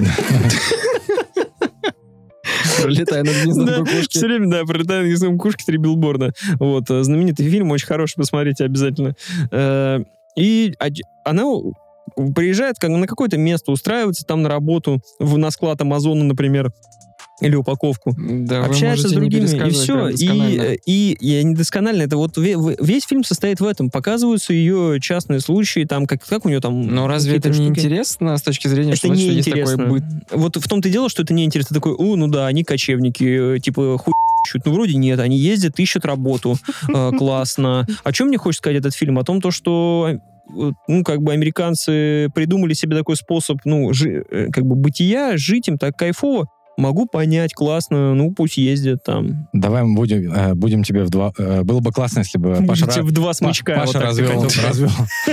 Пролетая над гнездом Да, кукушки. все время, да, пролетая на гнездом кукушки, три билборда. Вот, э, знаменитый фильм, очень хороший, посмотрите обязательно. Э, И оч- она у- приезжает как- на какое-то место, устраивается там на работу, в, на склад Амазона, например, или упаковку. Да, вы Общается с можете не другими, и пересказывать все. прям И, досконально. э, и, и недосконально. Это вот ве- ве- весь фильм состоит в этом. Показываются ее частные случаи, там, как, как у нее там... Но разве это какие-то не штуки. интересно с точки зрения, Это что, значит, не есть такой интересно. быт? Вот в том-то и дело, что это не интересно. Ты такой, о, ну да, они кочевники, э, типа, хуй ищут. Ну, вроде нет, они ездят, ищут работу. Э, Классно. О чем мне хочет сказать этот фильм? О том, то, что э, ну, как бы американцы придумали себе такой способ, ну, жи- э, как бы бытия, жить им так кайфово. Могу понять, классно, ну, пусть ездят там. Давай мы будем, э, будем тебе в два... э, Было бы классно, если бы Паша, Будете Ра- в два Па- смычка. Паша вот так ты развел, хотел. развел.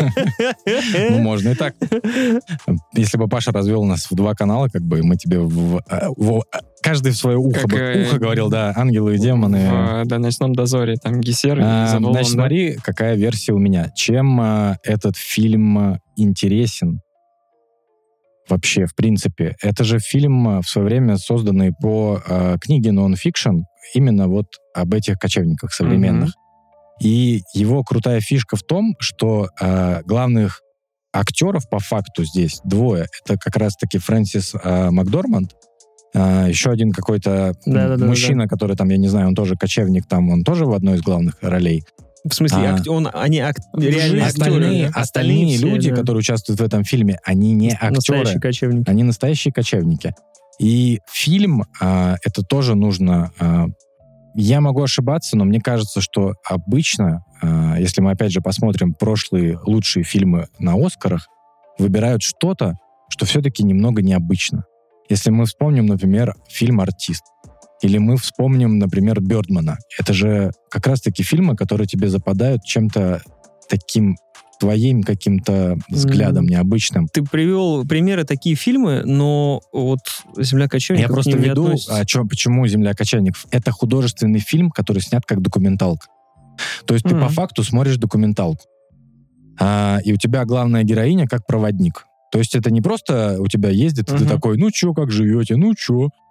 Ну, можно и так. Если бы Паша развел нас в два канала, как бы мы тебе в, э, в- каждый в свое ухо, Как, бы- э, ухо говорил, да, ангелы и демоны. В, да, «Ночном дозоре». Там Гессер и А, Заволон, Значит, да? смотри, какая версия у меня. Чем а, этот фильм а, интересен вообще, в принципе? Это же фильм а, в свое время созданный по а, книге нон-фикшн, именно вот об этих кочевниках современных. И его крутая фишка в том, что а, главных актеров по факту здесь двое. Это как раз-таки Фрэнсис а, Макдорманд, а, еще один какой-то Да-да-да-да. мужчина, который там, я не знаю, он тоже кочевник, там он тоже в одной из главных ролей. В смысле, А. акт- он, они ак- реальные актеры. Остальные, да? остальные все, люди, да. которые участвуют в этом фильме, они не Настоящие актеры, кочевники. они настоящие кочевники. И фильм, а, это тоже нужно... а, я могу ошибаться, но мне кажется, что обычно, а, если мы опять же посмотрим прошлые лучшие фильмы на Оскарах, выбирают что-то, что все-таки немного необычно. Если мы вспомним, например, фильм «Артист», или мы вспомним, например, «Бёрдмана», это же как раз-таки фильмы, которые тебе западают чем-то таким твоим каким-то взглядом М. необычным. Ты привел примеры такие фильмы, но вот «Земля кочевников» Я просто к ним не веду, относится. о чем, почему «Земля кочевников». Это художественный фильм, который снят как документалка. То есть ты Мгм. по факту смотришь документалку. А, и у тебя главная героиня как проводник. То есть это не просто у тебя ездит, и ты Мгм. такой, ну чё, как живете, ну чё.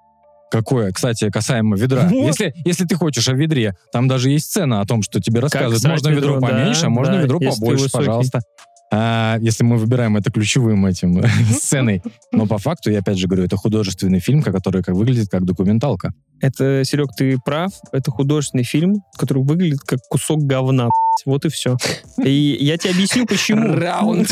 Какое, кстати, касаемо ведра. Вот. Если, если ты хочешь о ведре, там даже есть сцена о том, что тебе рассказывают, срать можно ведро, ведро, поменьше, да, а можно да, ведро если ты побольше, высокий. пожалуйста. А, если мы выбираем это ключевым этим сценой. Но по факту, я опять же говорю, это художественный фильм, который как выглядит как документалка. Это, Серег, ты прав. Это художественный фильм, который выглядит как кусок говна. блядь. Вот и все. И я тебе объясню, почему. Раунд.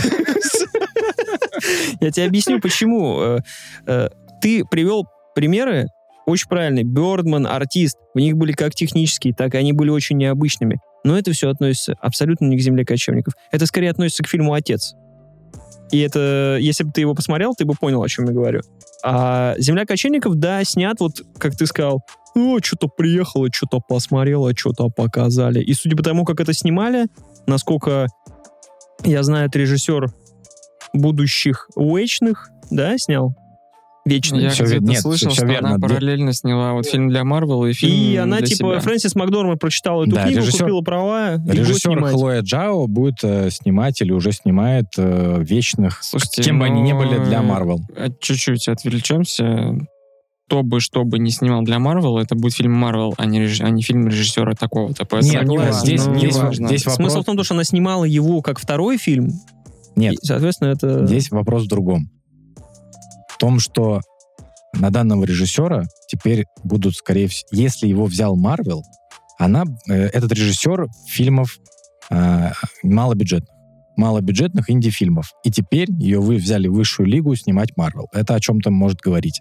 Я тебе объясню, почему. Э, э, Ты привел примеры очень правильные. Бёрдман, Артист. В них были как технические, так и они были очень необычными. Но это все относится абсолютно не к «Земле кочевников». Это скорее относится к фильму «Отец». И это, если бы ты его посмотрел, ты бы понял, о чем я говорю. А «Земля кочевников», да, снят, вот, как ты сказал, ну, что-то приехало, что-то посмотрело, что-то показали. И судя по тому, как это снимали, насколько я знаю, это режиссер будущих «Вечных», да, снял? «Вечных». Я Всё где-то ве- нет, слышал, всё что верно. она параллельно сняла вот фильм для Марвел и фильм И она, для типа, себя. Фрэнсис Макдорманд прочитала эту Да, книгу, режиссер- купила права и будет Режиссер снимать. Хлоя Джао будет э, снимать или уже снимает э, «Вечных», Слушайте, кем бы они ни были для ну, Марвел. э, Чуть-чуть отвлечемся. Кто бы что бы не снимал для Марвел, это будет фильм Марвел, а не, реж... а не фильм режиссера такого-то. Поэтому Нет, не э, важно, здесь- не здесь- важно. здесь вопрос- Смысл в том, что она снимала его как второй фильм. Нет. И, соответственно, это... Здесь вопрос в другом. В том, что на данного режиссера теперь будут, скорее всего, если его взял Марвел, она, э, этот режиссер фильмов э, малобюджетных, малобюджетных инди-фильмов. И теперь ее вы взяли в высшую лигу снимать Марвел. Это о чем-то может говорить.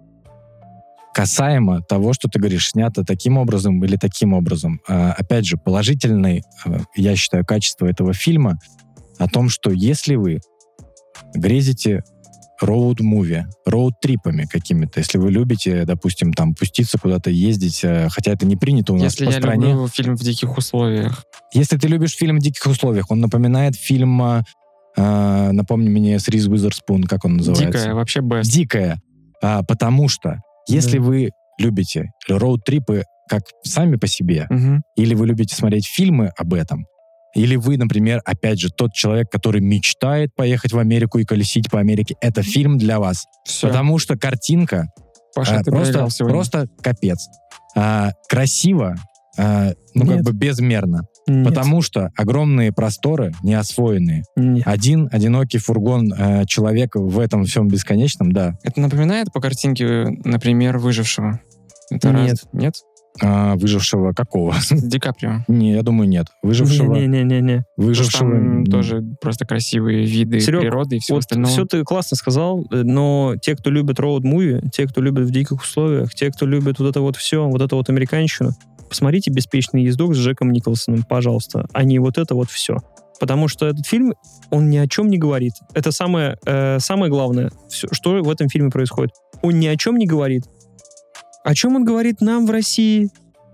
Касаемо того, что ты говоришь, снято таким образом или таким образом. Э, опять же, положительное, э, я считаю, качество этого фильма о том, что если вы грезите роуд-муви, роуд-трипами какими-то, если вы любите, допустим, там, пуститься куда-то ездить, э, хотя это не принято у нас Если по я стране. люблю фильм в диких условиях. Если ты любишь фильм в диких условиях, он напоминает фильм, э, э, напомни мне, с Риз Уизерспун, как он называется? Дикая, вообще best. Дикая. А, потому что, если Да. вы любите роуд-трипы как сами по себе, Мгм. или вы любите смотреть фильмы об этом, или вы, например, опять же, тот человек, который мечтает поехать в Америку и колесить по Америке, это фильм для вас. Всё. Потому что картинка Паша, а, ты просто, проиграл сегодня. просто капец. А, красиво, а, ну Нет. как бы безмерно. Нет, Потому что огромные просторы не освоены. нет. Один одинокий фургон э, человека в этом всем бесконечном, да. Это напоминает по картинке, например, «Выжившего»? Это Нет. раз- Нет? А, выжившего какого? Ди Каприо. Не, я думаю, нет. Выжившего, Не-не-не-не. выжившего. Там м, тоже просто красивые виды Серег, природы и всего Вот остального. все ты классно сказал, э, но те, кто любит роуд-муви, те, кто любит в диких условиях, те, кто любит вот это вот все, вот это вот американщину, посмотрите «Беспечный ездок» с Джеком Николсоном, пожалуйста, а не вот это вот все. Потому что этот фильм, он ни о чем не говорит. Это самое, э, самое главное, всё, что в этом фильме происходит. Он ни о чем не говорит. О чем он говорит нам в России?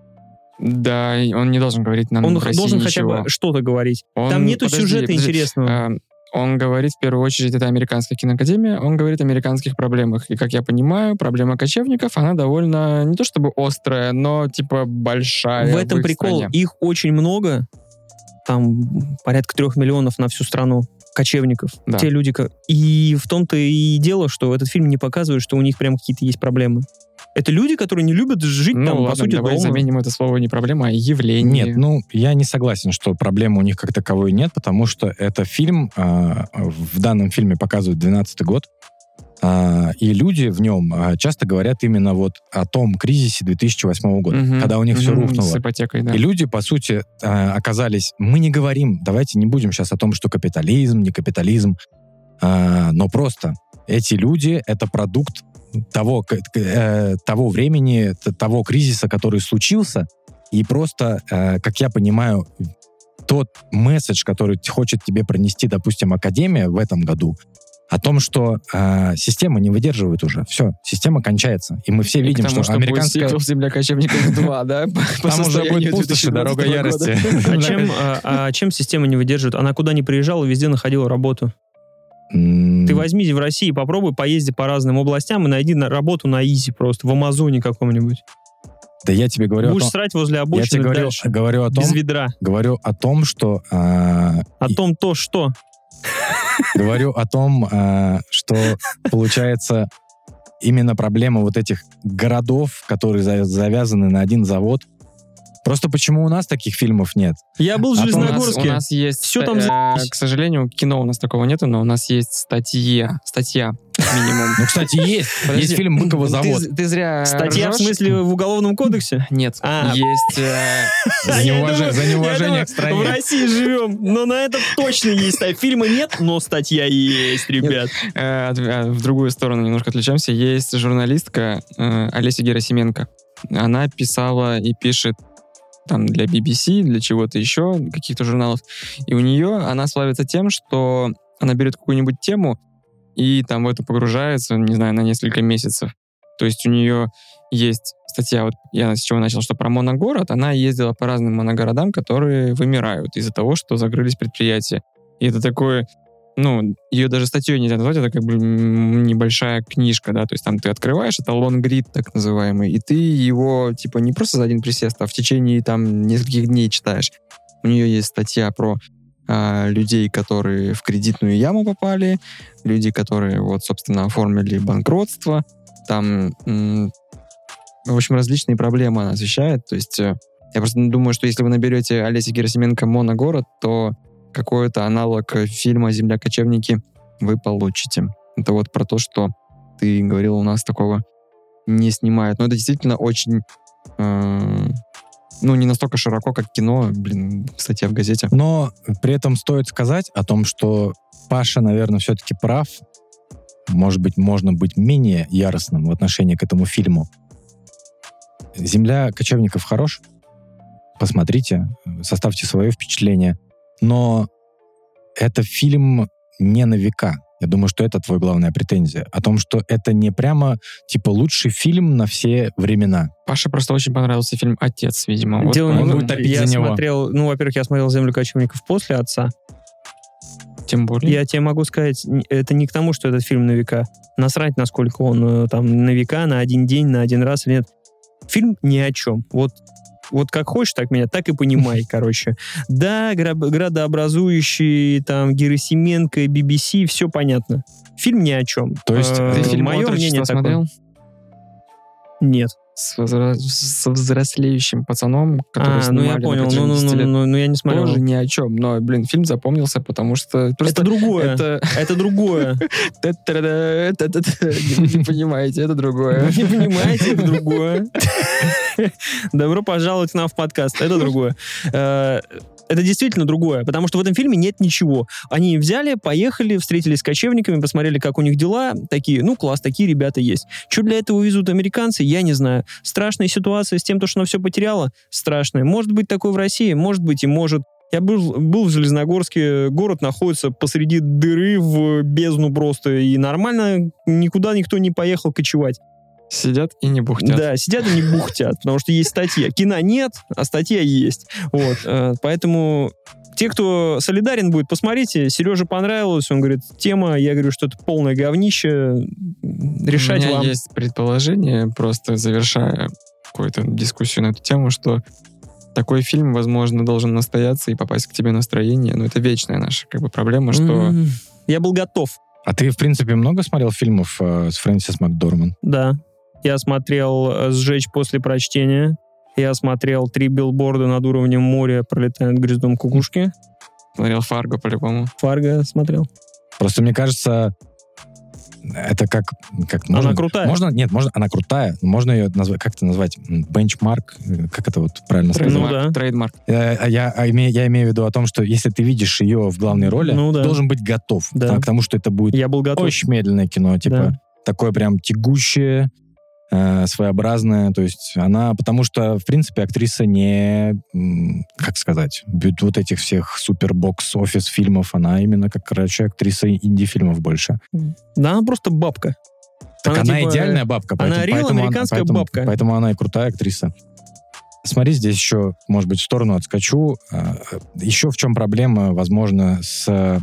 Да, и он не должен говорить нам Он в России должен хотя ничего. бы что-то говорить. Он- Там нету подожди, сюжета подожди. интересного. А, Он говорит, в первую очередь, это американская киноакадемия, он говорит о американских проблемах. И, как я понимаю, проблема кочевников, она довольно, не то чтобы острая, но, типа, большая В этом их прикол. стране. Их очень много. Там порядка трех миллионов на всю страну кочевников. Да. Те люди... ко- И в том-то и дело, что этот фильм не показывает, что у них прям какие-то есть проблемы. Это люди, которые не любят жить Ну там, ладно, по сути, давай дома. заменим это слово не проблема, а явление. Нет, ну, я не согласен, что проблемы у них как таковой нет, потому что это фильм, э, в данном фильме показывают двенадцатый год, э, и люди в нем э, часто говорят именно вот о том кризисе две тысячи восьмого года, Мгм, когда у них все мгм, рухнуло. С ипотекой, да. И люди, по сути, э, оказались... Мы не говорим, давайте не будем сейчас о том, что капитализм, не капитализм, э, но просто эти люди — это продукт того, к- к- э, того времени, т- того кризиса, который случился, и просто, э, как я понимаю, тот месседж, который т- хочет тебе пронести, допустим, Академия в этом году, о том, что э, система не выдерживает уже. Все, система кончается. И мы все И видим, к тому, что будет американская... сиквел «Земля кочевников два», да? По Там уже состоянию будет пустоши, дорога две тысячи двадцатого года. ярости. А чем, а, а чем система не выдерживает? Она куда ни приезжала, везде находила работу. М, Ты возьми в России, попробуй, поезди по разным областям и найди на работу на изи просто, в Амазоне каком-нибудь. Да я тебе говорю Будешь о том... срать возле Я обочины тебе говорю, дальше, говорю о том, без ведра. говорю о том, что э, О и- том то, что. говорю о том, э, что получается именно проблема вот этих городов, которые за- завязаны на один завод. Просто почему у нас таких фильмов нет? Я был в А то у нас, Железногорске. у нас есть, Всё там э, за***сь. к сожалению, кино у нас такого нету, но у нас есть статья, статья минимум. Ну, кстати, есть. Подожди, Есть фильм «Быково ты- завод». Ты зря Статья в ржёшь. смысле в Уголовном кодексе? Нет, А. есть... э, За Я неуваж- думаю- за неуважение я к думаю, В стране. России живем, но на это точно есть. статья. Фильма нет, но статья есть, ребят. э, от- э, в другую сторону немножко отличаемся. Есть журналистка э, Олеся Герасименко. Она писала и пишет там для би би си, для чего-то еще, каких-то журналов. И у нее она славится тем, что она берет какую-нибудь тему и там в это погружается, не знаю, на несколько месяцев. То есть у нее есть статья, вот я с чего начал, что про моногород, она ездила по разным моногородам, которые вымирают из-за того, что закрылись предприятия. И это такое, ну, ее даже статьей нельзя назвать, это как бы м, небольшая книжка, да, то есть там ты открываешь, это лонгрид так называемый, и ты его, типа, не просто за один присест, а в течение там нескольких дней читаешь. У нее есть статья про а, людей, которые в кредитную яму попали, люди, которые, вот, собственно, оформили банкротство, там, м, в общем, различные проблемы она освещает, то есть э, я просто думаю, что если вы наберете Олеся Герасименко «Моногород», то какой-то аналог фильма «Земля кочевники» вы получите. Это вот про то, что ты говорил, у нас такого не снимают. Но это действительно очень... э, ну, не настолько широко, как кино. Блин, статья в газете. Но при этом стоит сказать о том, что Паша, наверное, все-таки прав. Может быть, можно быть менее яростным в отношении к этому фильму. «Земля кочевников» хорош. Посмотрите, составьте свое впечатление. Но это фильм не на века. Я думаю, что это твоя главная претензия. О том, что это не прямо, типа, лучший фильм на все времена. Паше просто очень понравился фильм «Отец», видимо. Вот Дело не он в будет этом. топить Я за него. смотрел, ну, во-первых, я смотрел «Землю кочевников» после «Отца». тем более. Я тебе могу сказать, н- это не к тому, что этот фильм на века. Насрать, насколько он э, там на века, на один день, на один раз или нет. Фильм ни о чем. Вот, вот как хочешь, так меня, так и понимай, короче. Да, гра- градообразующие, там, Герасименко, би би си, все понятно. Фильм ни о чем. То есть Э, Ты фильм мое мнение «Отрочество» такое. смотрел? Нет. С, возра- с взрослеющим пацаном, который А, ну я снимали на понял. Ну, протяжении ну, десяти ну, лет. ну, ну, я не смотрел. Тоже ни о чем. Но, блин, фильм запомнился, потому что... Просто Это другое. это... Это другое. Та-та-да, та-та-та. Вы не понимаете, это другое. Вы не понимаете, это другое. Добро пожаловать к нам в подкаст. Это другое. Э, Это действительно другое, потому что в этом фильме нет ничего. Они взяли, поехали, встретились с кочевниками, посмотрели, как у них дела. Такие, ну, класс, такие ребята есть. Что для этого везут американцы, я не знаю. Страшная ситуация с тем, то, что она все потеряла, страшная. Может быть такое в России, может быть и может. Я был, был в Железногорске, город находится посреди дыры в бездну просто, и нормально никуда никто не поехал кочевать. Сидят и не бухтят. Да, сидят и не бухтят, потому что есть статья. Кино нет, а статья есть. Вот, э, поэтому те, кто солидарен будет, посмотрите. Сереже понравилось, он говорит, тема, я говорю, что это полное говнище, решать У меня вам. есть предположение, просто завершая какую-то дискуссию на эту тему, что такой фильм, возможно, должен настояться и попасть к тебе в настроение. Но это вечная наша как бы проблема, что... М, Я был готов, А ты, в принципе, много смотрел фильмов э, с Фрэнсис Макдорманд? да. Я смотрел э, «Сжечь после прочтения», я смотрел «Три билборда над уровнем моря пролетают гнездом кукушки», Смотрел «Фарго» по-любому. «Фарго» смотрел. Просто мне кажется, это как... как Она можно, крутая. Можно, нет, можно, она крутая. Можно ее назвать, как это назвать? М, Бенчмарк? Э, Как это вот правильно сказать? Ну Трейдмарк. да. Трейдмарк. Э, а Я, а име- я имею в виду о том, что если ты видишь ее в главной роли, Ну да. ты должен быть готов Да. к тому, что это будет Я был готов. очень медленное кино, типа Да. такое прям тягущее, э, своеобразное. То есть она, потому что, в принципе, актриса не, м, как сказать, бю- вот этих всех супер-бокс-офис фильмов, она именно, как, короче, актриса инди-фильмов больше. Да, она просто бабка. Так она, типа, идеальная бабка. она поэтому- real поэтому американская поэтому- бабка. Поэтому она и крутая актриса. Смотри, здесь еще, может быть, в сторону отскочу. Э, Еще в чем проблема, возможно, с,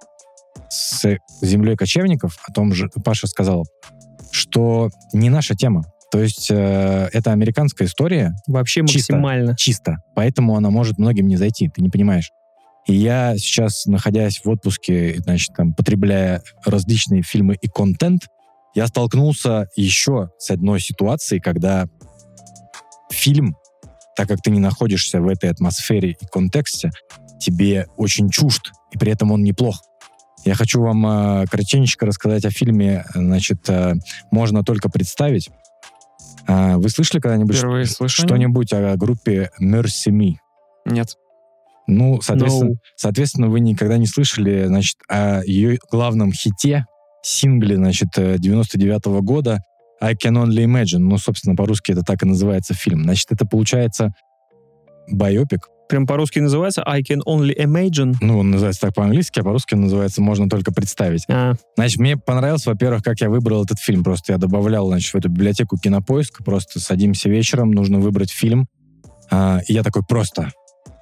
с «Землей кочевников», о том же Паша сказал, что не наша тема. То есть э, это американская история, Вообще Чисто. максимально. чисто, поэтому она может многим не зайти, ты не понимаешь. И я сейчас, находясь в отпуске, значит, там, потребляя различные фильмы и контент, я столкнулся еще с одной ситуацией, когда фильм, так как ты не находишься в этой атмосфере и контексте, тебе очень чужд, и при этом он неплох. Я хочу вам э, коротенько рассказать о фильме, значит, э, «Можно только представить». Э, вы слышали когда-нибудь Впервые ш- слышу. что-нибудь о группе Mercy Me? Нет. Ну, соответственно, No. соответственно, вы никогда не слышали, значит, о ее главном хите, сингле, значит, девяносто девятого года «I Can Only Imagine». Ну, собственно, по-русски это так и называется фильм. Значит, это получается байопик. Прям по-русски называется I can only imagine. Ну, он называется так по-английски, а по-русски он называется «Можно только представить». А, Значит, мне понравилось, во-первых, как я выбрал этот фильм. Просто я добавлял, значит, в эту библиотеку Кинопоиск. Просто садимся вечером, нужно выбрать фильм. А, и я такой просто...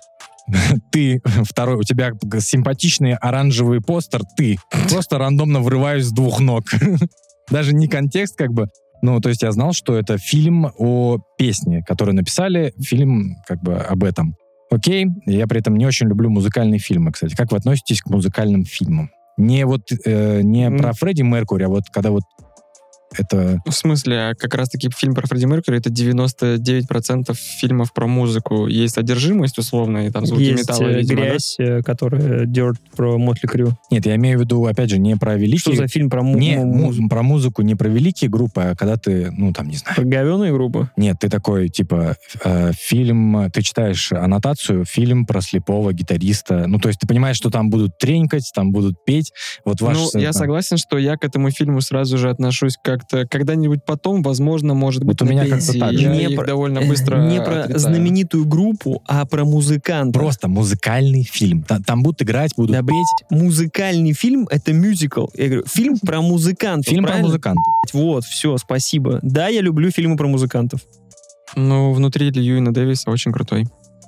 Ты второй, у тебя симпатичный оранжевый постер, ты. Просто рандомно врываюсь с двух ног. Даже не контекст, как бы. Ну, то есть я знал, что это фильм о песне, которую написали, фильм как бы об этом. Окей, я при этом не очень люблю музыкальные фильмы, кстати. Как вы относитесь к музыкальным фильмам? Не вот, э, не Mm. про Фредди Меркури, а вот когда вот это... В смысле, как раз-таки фильм про Фредди Меркьюри — это девяносто девять процентов фильмов про музыку. Есть содержимость, условно, и там звуки есть металла, э, видимо, да? грязь, э, которая Dirt про Мотли Крю. Нет, я имею в виду, опять же, не про великие... Что за фильм про му- Не му- му- музыку? про музыку, не про великие группы, а когда ты, ну, там, не знаю. Про говёные группы? Нет, ты такой, типа, э, фильм, ты читаешь аннотацию, фильм про слепого гитариста. Ну, то есть ты понимаешь, что там будут тренькать, там будут петь. Вот ваш... Ну, я там- согласен, что я к этому фильму сразу же отношусь как-то... Когда-нибудь потом, возможно, может быть, Вот у на меня как-то пенсии, так же. я Не их про- довольно быстро Не про отрицаю. знаменитую группу, а про музыканта. Просто музыкальный фильм. Та- Там будут играть, будут Да, петь. блядь, музыкальный фильм — это мюзикл. Я говорю, фильм про музыкантов. Фильм про правильно? музыкантов. Вот, все, спасибо. Да, я люблю фильмы про музыкантов. Ну, внутри Льюина Дэвиса очень крутой.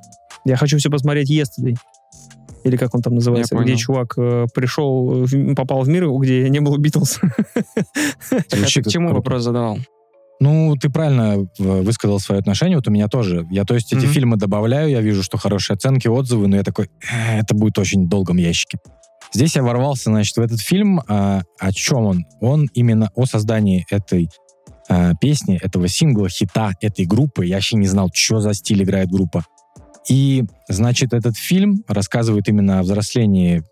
Я хочу все посмотреть Yesterday. Или как он там называется, Я где понял. чувак э, пришел, в- попал в мир, где не было Битлз. Так, а Звучит ты к чему круто. вопрос задавал? Ну, ты правильно э, высказал свое отношение. Вот у меня тоже. Я, то есть, эти Мгм. фильмы добавляю, я вижу, что хорошие оценки, отзывы, но я такой, «Э, это будет очень в долгом ящике. Здесь я ворвался, значит, в этот фильм. А, о чем он? Он именно о создании этой а, песни, этого сингла, хита этой группы. Я вообще не знал, что за стиль играет группа. И, значит, этот фильм рассказывает именно о взрослении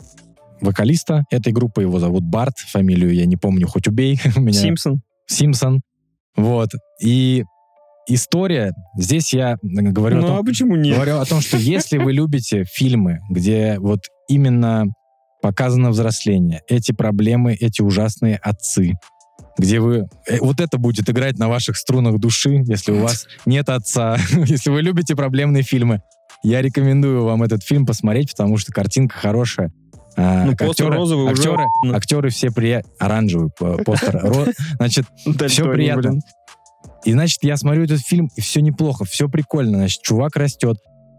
вокалиста этой группы. Его зовут Барт, фамилию я не помню, хоть убей. У меня Симпсон. Симпсон. Вот. И история... Здесь я говорю, о Ну, том, а почему нет? говорю о том, что если вы любите фильмы, где вот именно показано взросление, эти проблемы, эти ужасные отцы, где вы... э, Вот это будет играть на ваших струнах души, если у вас нет отца, если вы любите проблемные фильмы. Я рекомендую вам этот фильм посмотреть, потому что картинка хорошая. А, Ну, постер актеры, розовый уже... актеры, ну, актеры все при... Оранжевый п- постер. Ро- Значит, все Дальтоник, приятно. блин. И, значит, я смотрю этот фильм, и все неплохо, все прикольно. Значит, чувак растет,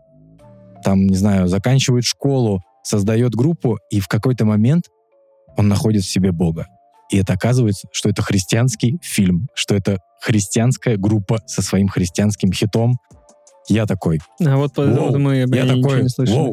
там, не знаю, заканчивает школу, создает группу, и в какой-то момент он находит в себе Бога. И это оказывается, что это христианский фильм, что это христианская группа со своим христианским хитом. Я такой, А вот по Воу. этому мы я блин, ничего такой, не слышали. воу.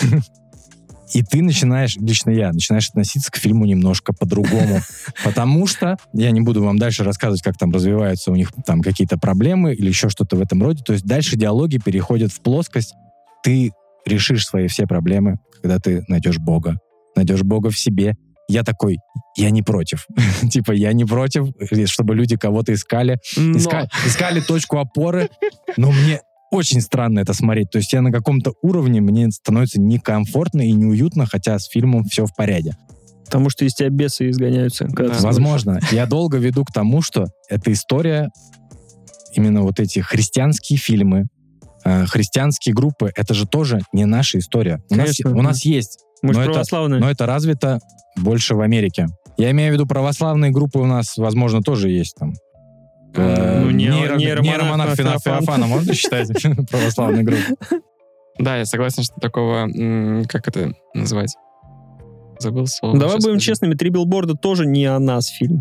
И ты начинаешь, лично я, начинаешь относиться к фильму немножко по-другому. Потому что, я не буду вам дальше рассказывать, как там развиваются у них там какие-то проблемы или еще что-то в этом роде. То есть дальше диалоги переходят в плоскость. Ты решишь свои все проблемы, когда ты найдешь Бога. Найдешь Бога в себе. Я такой, я не против. Типа, я не против, чтобы люди кого-то искали. Но. Иска- Искали точку опоры. Но мне очень странно это смотреть. То есть я на каком-то уровне, мне становится некомфортно и неуютно, хотя с фильмом все в порядке. Потому что из тебя бесы изгоняются. когда Да. ты Возможно. Я долго веду к тому, что эта история, именно вот эти христианские фильмы, э, христианские группы, это же тоже не наша история. У нас, Конечно. у нас есть, смотришь. Мы но же это- православные. но это развито больше в Америке. Я имею в виду православные группы у нас, возможно, тоже есть там. Э, Ну, не- нейро- нейромонах, нейромонах Феофана Феофан. можно считать православной группой? Да, я согласен, что такого... м, Как это называть? Забыл слово. Давай Сейчас будем скажу. честными, «Три билборда» тоже не о нас фильм.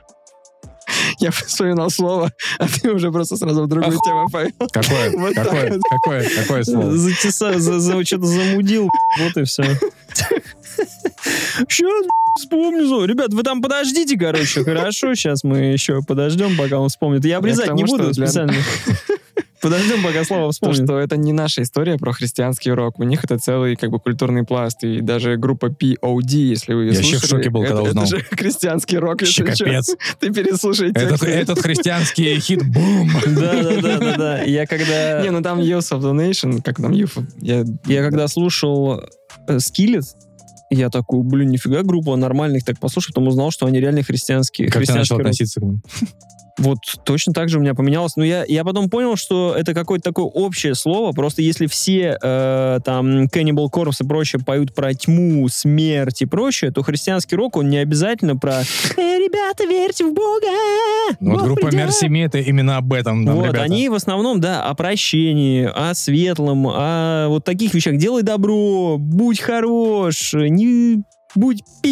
Я вспоминал слово, а ты уже просто сразу в другую Оху- тему повел. Какое? Вот так Какое? вот. Какое? Какое слово? Затеса, за, за- что-то замудил, вот и все. Сейчас вспомню. Ребят, вы там подождите, короче. Хорошо, сейчас мы еще подождем, пока он вспомнит. Я обрезать не буду специально. Подождем, пока Слава вспомнит. То, что это не наша история про христианский рок. У них это целый как бы культурный пласт. И даже группа пи о ди, если вы ее Я слушали... вообще в шоке был, это, когда узнал. Это же христианский рок. Вообще капец. Ты переслушай Этот, этот христианский хит, бум! Да-да-да. Я когда... Не, ну там Youth of the Nation, как там Youth... Я, я когда слушал Skillet, я такой, блин, нифига, группа нормальных, так послушал, потом узнал, что они реально христианские. Как ты начал рок. относиться к ним? Вот точно так же у меня поменялось. Но я, я потом понял, что это какое-то такое общее слово. Просто если все э, там Cannibal Corpse и прочее поют про тьму, смерть и прочее, то христианский рок, он не обязательно про «Эй, ребята, верьте в Бога!» Ну, вот Бог группа придет!» Mercy Me это именно об этом. Там, вот, ребята. они в основном, да, о прощении, о светлом, о вот таких вещах. Делай добро, будь хорош, не будь пи***.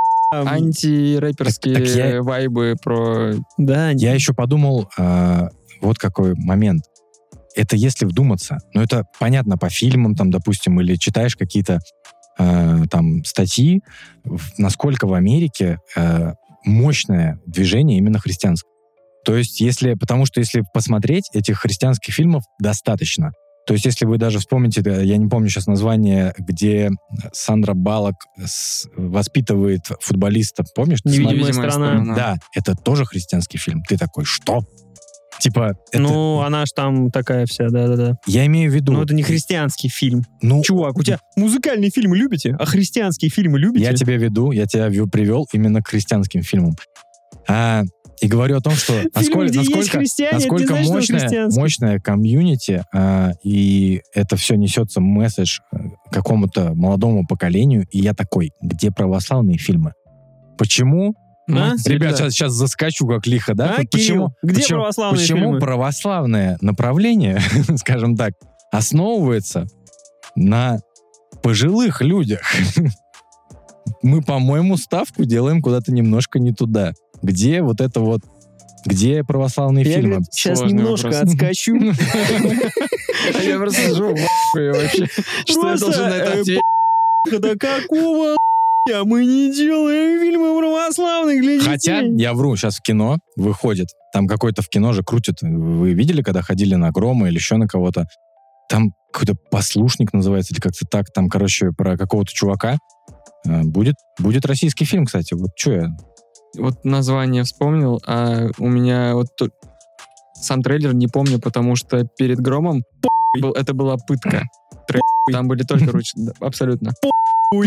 Антирэперские Так- так я- вайбы про... Да, Я еще подумал, э, вот какой момент. Это если вдуматься, ну это понятно по фильмам, там, допустим, или читаешь какие-то э, там статьи, в- насколько в Америке э, мощное движение именно христианское. То есть, если, потому что если посмотреть, этих христианских фильмов достаточно. То есть, если вы даже вспомните, да, я не помню сейчас название, где Сандра Баллок с- воспитывает футболиста, помнишь? ты смотрел? «Невидимая «Невидимая сторона». сторона». Да, это тоже христианский фильм. Ты такой, что? Типа, это... Ну, она ж там такая вся, да-да-да. Я имею в виду... Но это не христианский фильм. Ну, Чувак, у тебя музыкальные фильмы любите, а христианские фильмы любите? я тебя веду, я тебя вью- привел именно к христианским фильмам. А, и говорю о том, что Фильмы, насколько, где есть насколько, христиане, это не насколько значит, что он мощное, христианский. мощное комьюнити, а, и это все несется месседж э, какому-то молодому поколению, и я такой, где православные фильмы? Почему? А? Ребят, сейчас, сейчас заскочу как лихо, да? А, Тут Кирилл, почему, где почему, православные почему фильмы? православное направление, скажем так, основывается на пожилых людях? Мы, по-моему, ставку делаем куда-то немножко не туда. Где вот это вот, где православные Я, фильмы? говорит, сейчас Сложный немножко вопрос. отскочу. Я просто сижу в ахуе вообще. Что я Просто, должен на это э, ответить? Да какого а мы не делаем фильмы православных для детей? Хотя, я вру, сейчас в кино выходит, там какой-то в кино же крутит. Вы видели, когда ходили на Грома или еще на кого-то? Там какой-то «Послушник» называется, или как-то так. Там, короче, про какого-то чувака. Э, Будет, будет российский фильм, кстати. Вот что я... Вот название вспомнил, а у меня вот тут сам трейлер не помню, потому что перед Громом был, это была пытка. Трей- Там были только ручки. Да, абсолютно. Ой.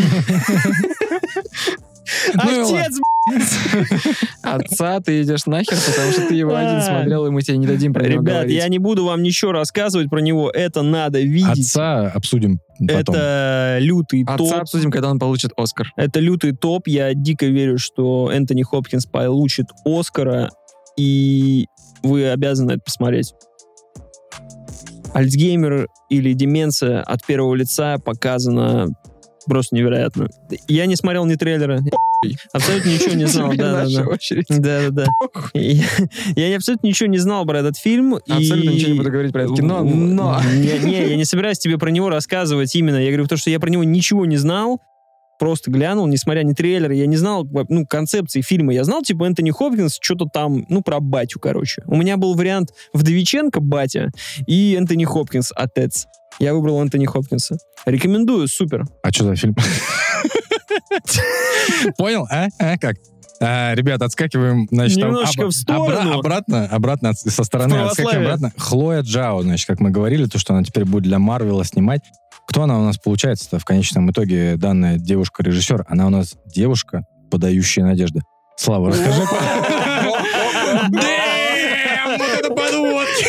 Ну и ладно. Отец, Отца ты идешь нахер, потому что ты его один А. смотрел, и мы тебе не дадим про него ребят, говорить. я не буду вам ничего рассказывать про него. Это надо видеть. Отца обсудим потом. Это лютый Отца топ. обсудим, когда он получит Оскар. Это лютый топ. Я дико верю, что Энтони Хопкинс получит Оскара, и вы обязаны это посмотреть. Альцгеймер или деменция от первого лица показана просто невероятно. Я не смотрел ни трейлера, абсолютно ничего не знал. Теперь Да, да, наша да. очередь. Да, да, да. Я, я абсолютно ничего не знал про этот фильм. Абсолютно и... ничего не буду говорить про это кино, но... Не, не, я не собираюсь тебе про него рассказывать именно. Я говорю, потому что я про него ничего не знал, просто глянул, несмотря ни трейлер, я не знал, ну, концепции фильма. Я знал, типа, Энтони Хопкинс, что-то там, ну, про батю, короче. У меня был вариант Вдовиченко, батя, и Энтони Хопкинс, отец. Я выбрал Энтони Хопкинса. Рекомендую, супер. А что за фильм? Понял, а? А как? А, ребят, отскакиваем, значит, там Немножечко обра- в сторону. обра- обратно, обратно от- со стороны В отскакиваем православие. обратно. Хлоя Джао, значит, как мы говорили, то, что она теперь будет для Марвела снимать. Кто она у нас получается-то в конечном итоге, данная девушка-режиссер? Она у нас девушка, подающая надежды. Слава, расскажи. Дэм, вот это подводки!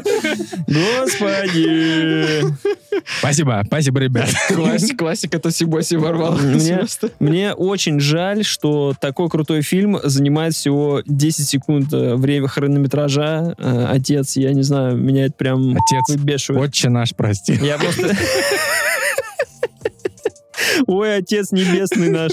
Господи. Спасибо, спасибо, ребят. Классик, классика Тоси-Боси ворвал. Мне, мне очень жаль, что такой крутой фильм занимает всего десять секунд э, время хронометража. Э, Отец, я не знаю, меня это прям Отец, выбешивает. отче наш, прости. Я просто... Ой, Отец Небесный наш.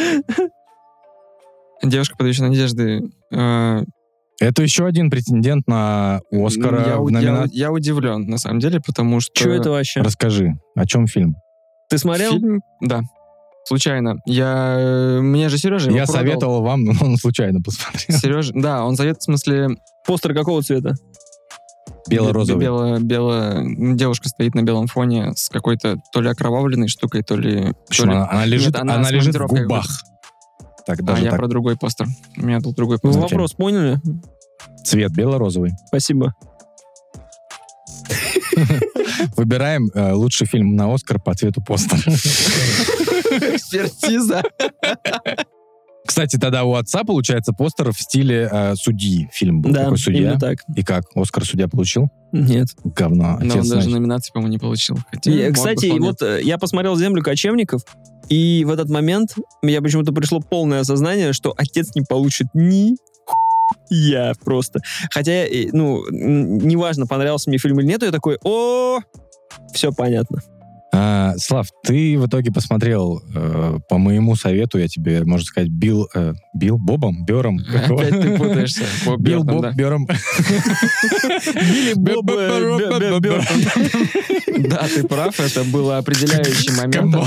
Девушка, подающая надежды. э, Это еще один претендент на Оскара я, в у- я, номинации. я удивлен, на самом деле, потому что... Что это вообще? Расскажи, о чем фильм? Ты смотрел? Фильм, да. случайно. Я... Мне же Сережа его Я продал. советовал вам, но он случайно посмотрел. Сережа, да, он совет, в смысле... Постер какого цвета? Бело-розовый. Бело, бело... Девушка стоит на белом фоне с какой-то то ли окровавленной штукой, то ли... Причем то ли... она, она лежит, Нет, она она с лежит в монтировкой губах. Так, А, даже я так. про другой постер. У меня был другой Вы постер. Зачем? вопрос поняли? Цвет бело-розовый. Спасибо. Выбираем э, лучший фильм на Оскар по цвету постера. Экспертиза. Кстати, тогда у отца, получается, постер в стиле э, судьи. Фильм был Да, такой судья. именно так. И как? Оскар судья получил? Нет. Говно. Но Отец, он даже значит. номинации, по-моему, не получил. Хотя, И, может, кстати, вполне. вот э, я посмотрел «Землю кочевников», и в этот момент мне почему-то пришло полное осознание, что отец не получит ни я просто. Хотя, э, ну, н- неважно, понравился мне фильм или нет, я такой, о, все понятно. А, Слав, ты в итоге посмотрел, э, по моему совету, я тебе, можно сказать, Билл... э, Билл Бобом? Бёром? Опять ты путаешься. Боб Билл Бёртон, Боб да. Бёром. Билли Боб э, Бё- Бё- Бёртон. Да, ты прав, это было определяющий момент. Камбо.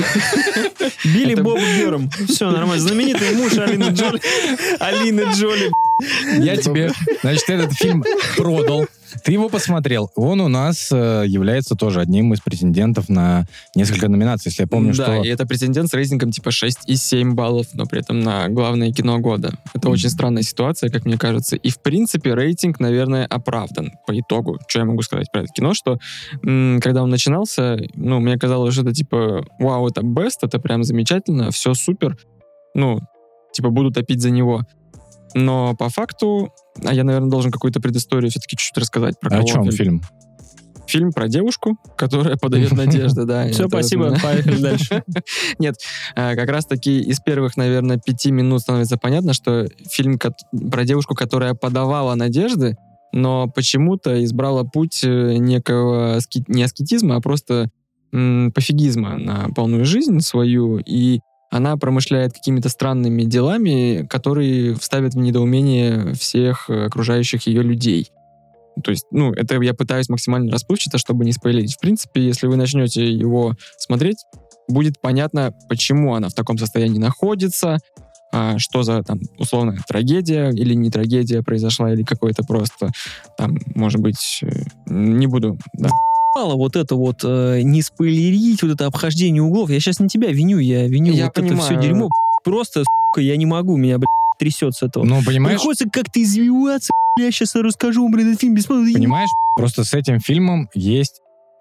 Билли Это- Боб Бёром. Все нормально. Знаменитый муж Алины Джоли. Алины Джоли. Я тебе, значит, этот фильм продал. Ты его посмотрел. Он у нас э, является тоже одним из претендентов на несколько номинаций. Если я помню, Да, что... и это претендент с рейтингом типа шесть и семь баллов, но при этом на главное кино года. Это очень странная ситуация, как мне кажется. И, в принципе, рейтинг, наверное, оправдан по итогу. Что я могу сказать про это кино, что м, когда он начинался, ну, мне казалось, что это типа, вау, это best, это прям замечательно, все супер. Ну, типа, буду топить за него. Но по факту, а я, наверное, должен какую-то предысторию все-таки чуть-чуть рассказать про О кого чем фильм? Фильм про девушку, которая подает надежды, да. Все, Это- спасибо. Поехали дальше. Нет, э, как раз-таки из первых, наверное, пяти минут становится понятно, что фильм кот- про девушку, которая подавала надежды, но почему-то избрала путь э, некого аски- не аскетизма, а просто м, пофигизма на полную жизнь свою, и она промышляет какими-то странными делами, которые вставят в недоумение всех э, окружающих ее людей. То есть, ну, это я пытаюсь максимально расплывчато, чтобы не спойлерить. В принципе, если вы начнете его смотреть, будет понятно, почему она в таком состоянии находится, а, что за, там, условная трагедия или не трагедия произошла, или какой-то просто, там, может быть, э, не буду, да. Мало вот это вот э, не спойлерить, вот это обхождение углов. Я сейчас не тебя виню, я виню Я вот это понимаю. все дерьмо. Просто, сука, я не могу, меня, блядь, трясет с этого. Ну, понимаешь, Приходится как-то извиваться, я сейчас расскажу вам про этот фильм бесплатно. понимаешь, просто с этим фильмом есть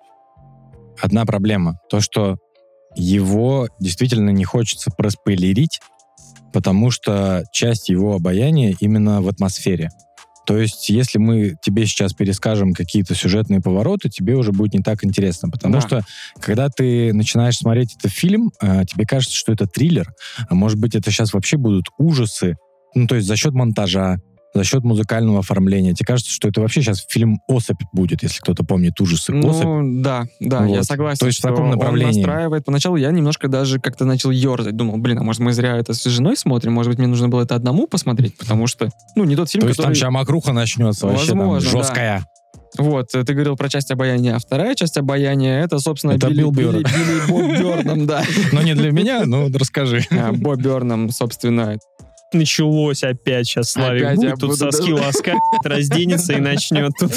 одна проблема. То, что его действительно не хочется проспойлерить, потому что часть его обаяния именно в атмосфере. То есть, если мы тебе сейчас перескажем какие-то сюжетные повороты, тебе уже будет не так интересно. Потому Да. что, когда ты начинаешь смотреть этот фильм, э, тебе кажется, что это триллер, а может быть, это сейчас вообще будут ужасы. Ну, то есть за счет монтажа, за счет музыкального оформления. Тебе кажется, что это вообще сейчас фильм «Особь» будет, если кто-то помнит ужасы. «Особь». Ну, да, да, я Вот. согласен, То есть в что таком он направлении. настраивает. Поначалу я немножко даже как-то начал ерзать. Думал, блин, а может мы зря это с женой смотрим? Может быть, мне нужно было это одному посмотреть? Потому что, ну, не тот фильм, То есть который... там сейчас мокруха начнется вообще там Возможно, да. жесткая. Вот, э, ты говорил про часть обаяния, а вторая часть обаяния — это, собственно, Это Билли, Билл Бёрн. Билли- Билли Боб Бёрном, да. Но не для меня, ну расскажи. А, Боб Бёрном, собственно. Началось опять сейчас, Славик. Опять я Будет тут буду, соски да. ласкать, разденется и начнет тут.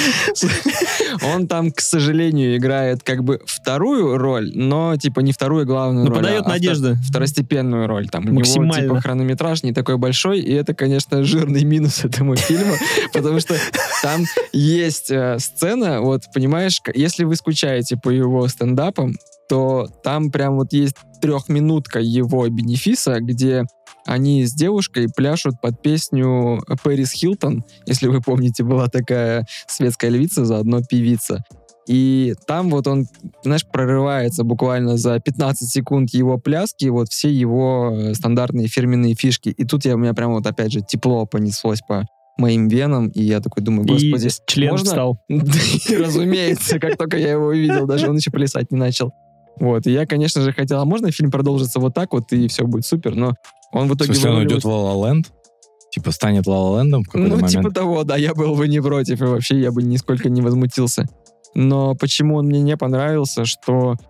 Он там, к сожалению, играет как бы вторую роль, но типа не вторую главную Но роль, подает а втор- надежды. второстепенную роль. Там у него Максимально. типа хронометраж не такой большой, и это, конечно, жирный минус этому фильму, потому что там есть э, сцена, вот, понимаешь, к- если вы скучаете по его стендапам, то там прям вот есть трехминутка его бенефиса, где они с девушкой пляшут под песню Пэрис Хилтон. Если вы помните, была такая светская львица, заодно певица. И там вот он, знаешь, прорывается буквально за пятнадцать секунд его пляски, вот все его э, стандартные фирменные фишки. И тут я, у меня прям вот опять же тепло понеслось по моим венам, и я такой думаю, господи, И член можно? встал. Разумеется, как только я его увидел, даже он еще плясать не начал. Вот, и я, конечно же, хотел, а можно фильм продолжится вот так вот, и все будет супер, но он в В итоге... смысле, он выруливает- уйдет в Ла-Ла Ленд? Типа станет Ла-Ла Лендом в какой-то Ну, момент? типа того, да, я был бы не против, и вообще я бы нисколько не возмутился. Но почему он мне не понравился, что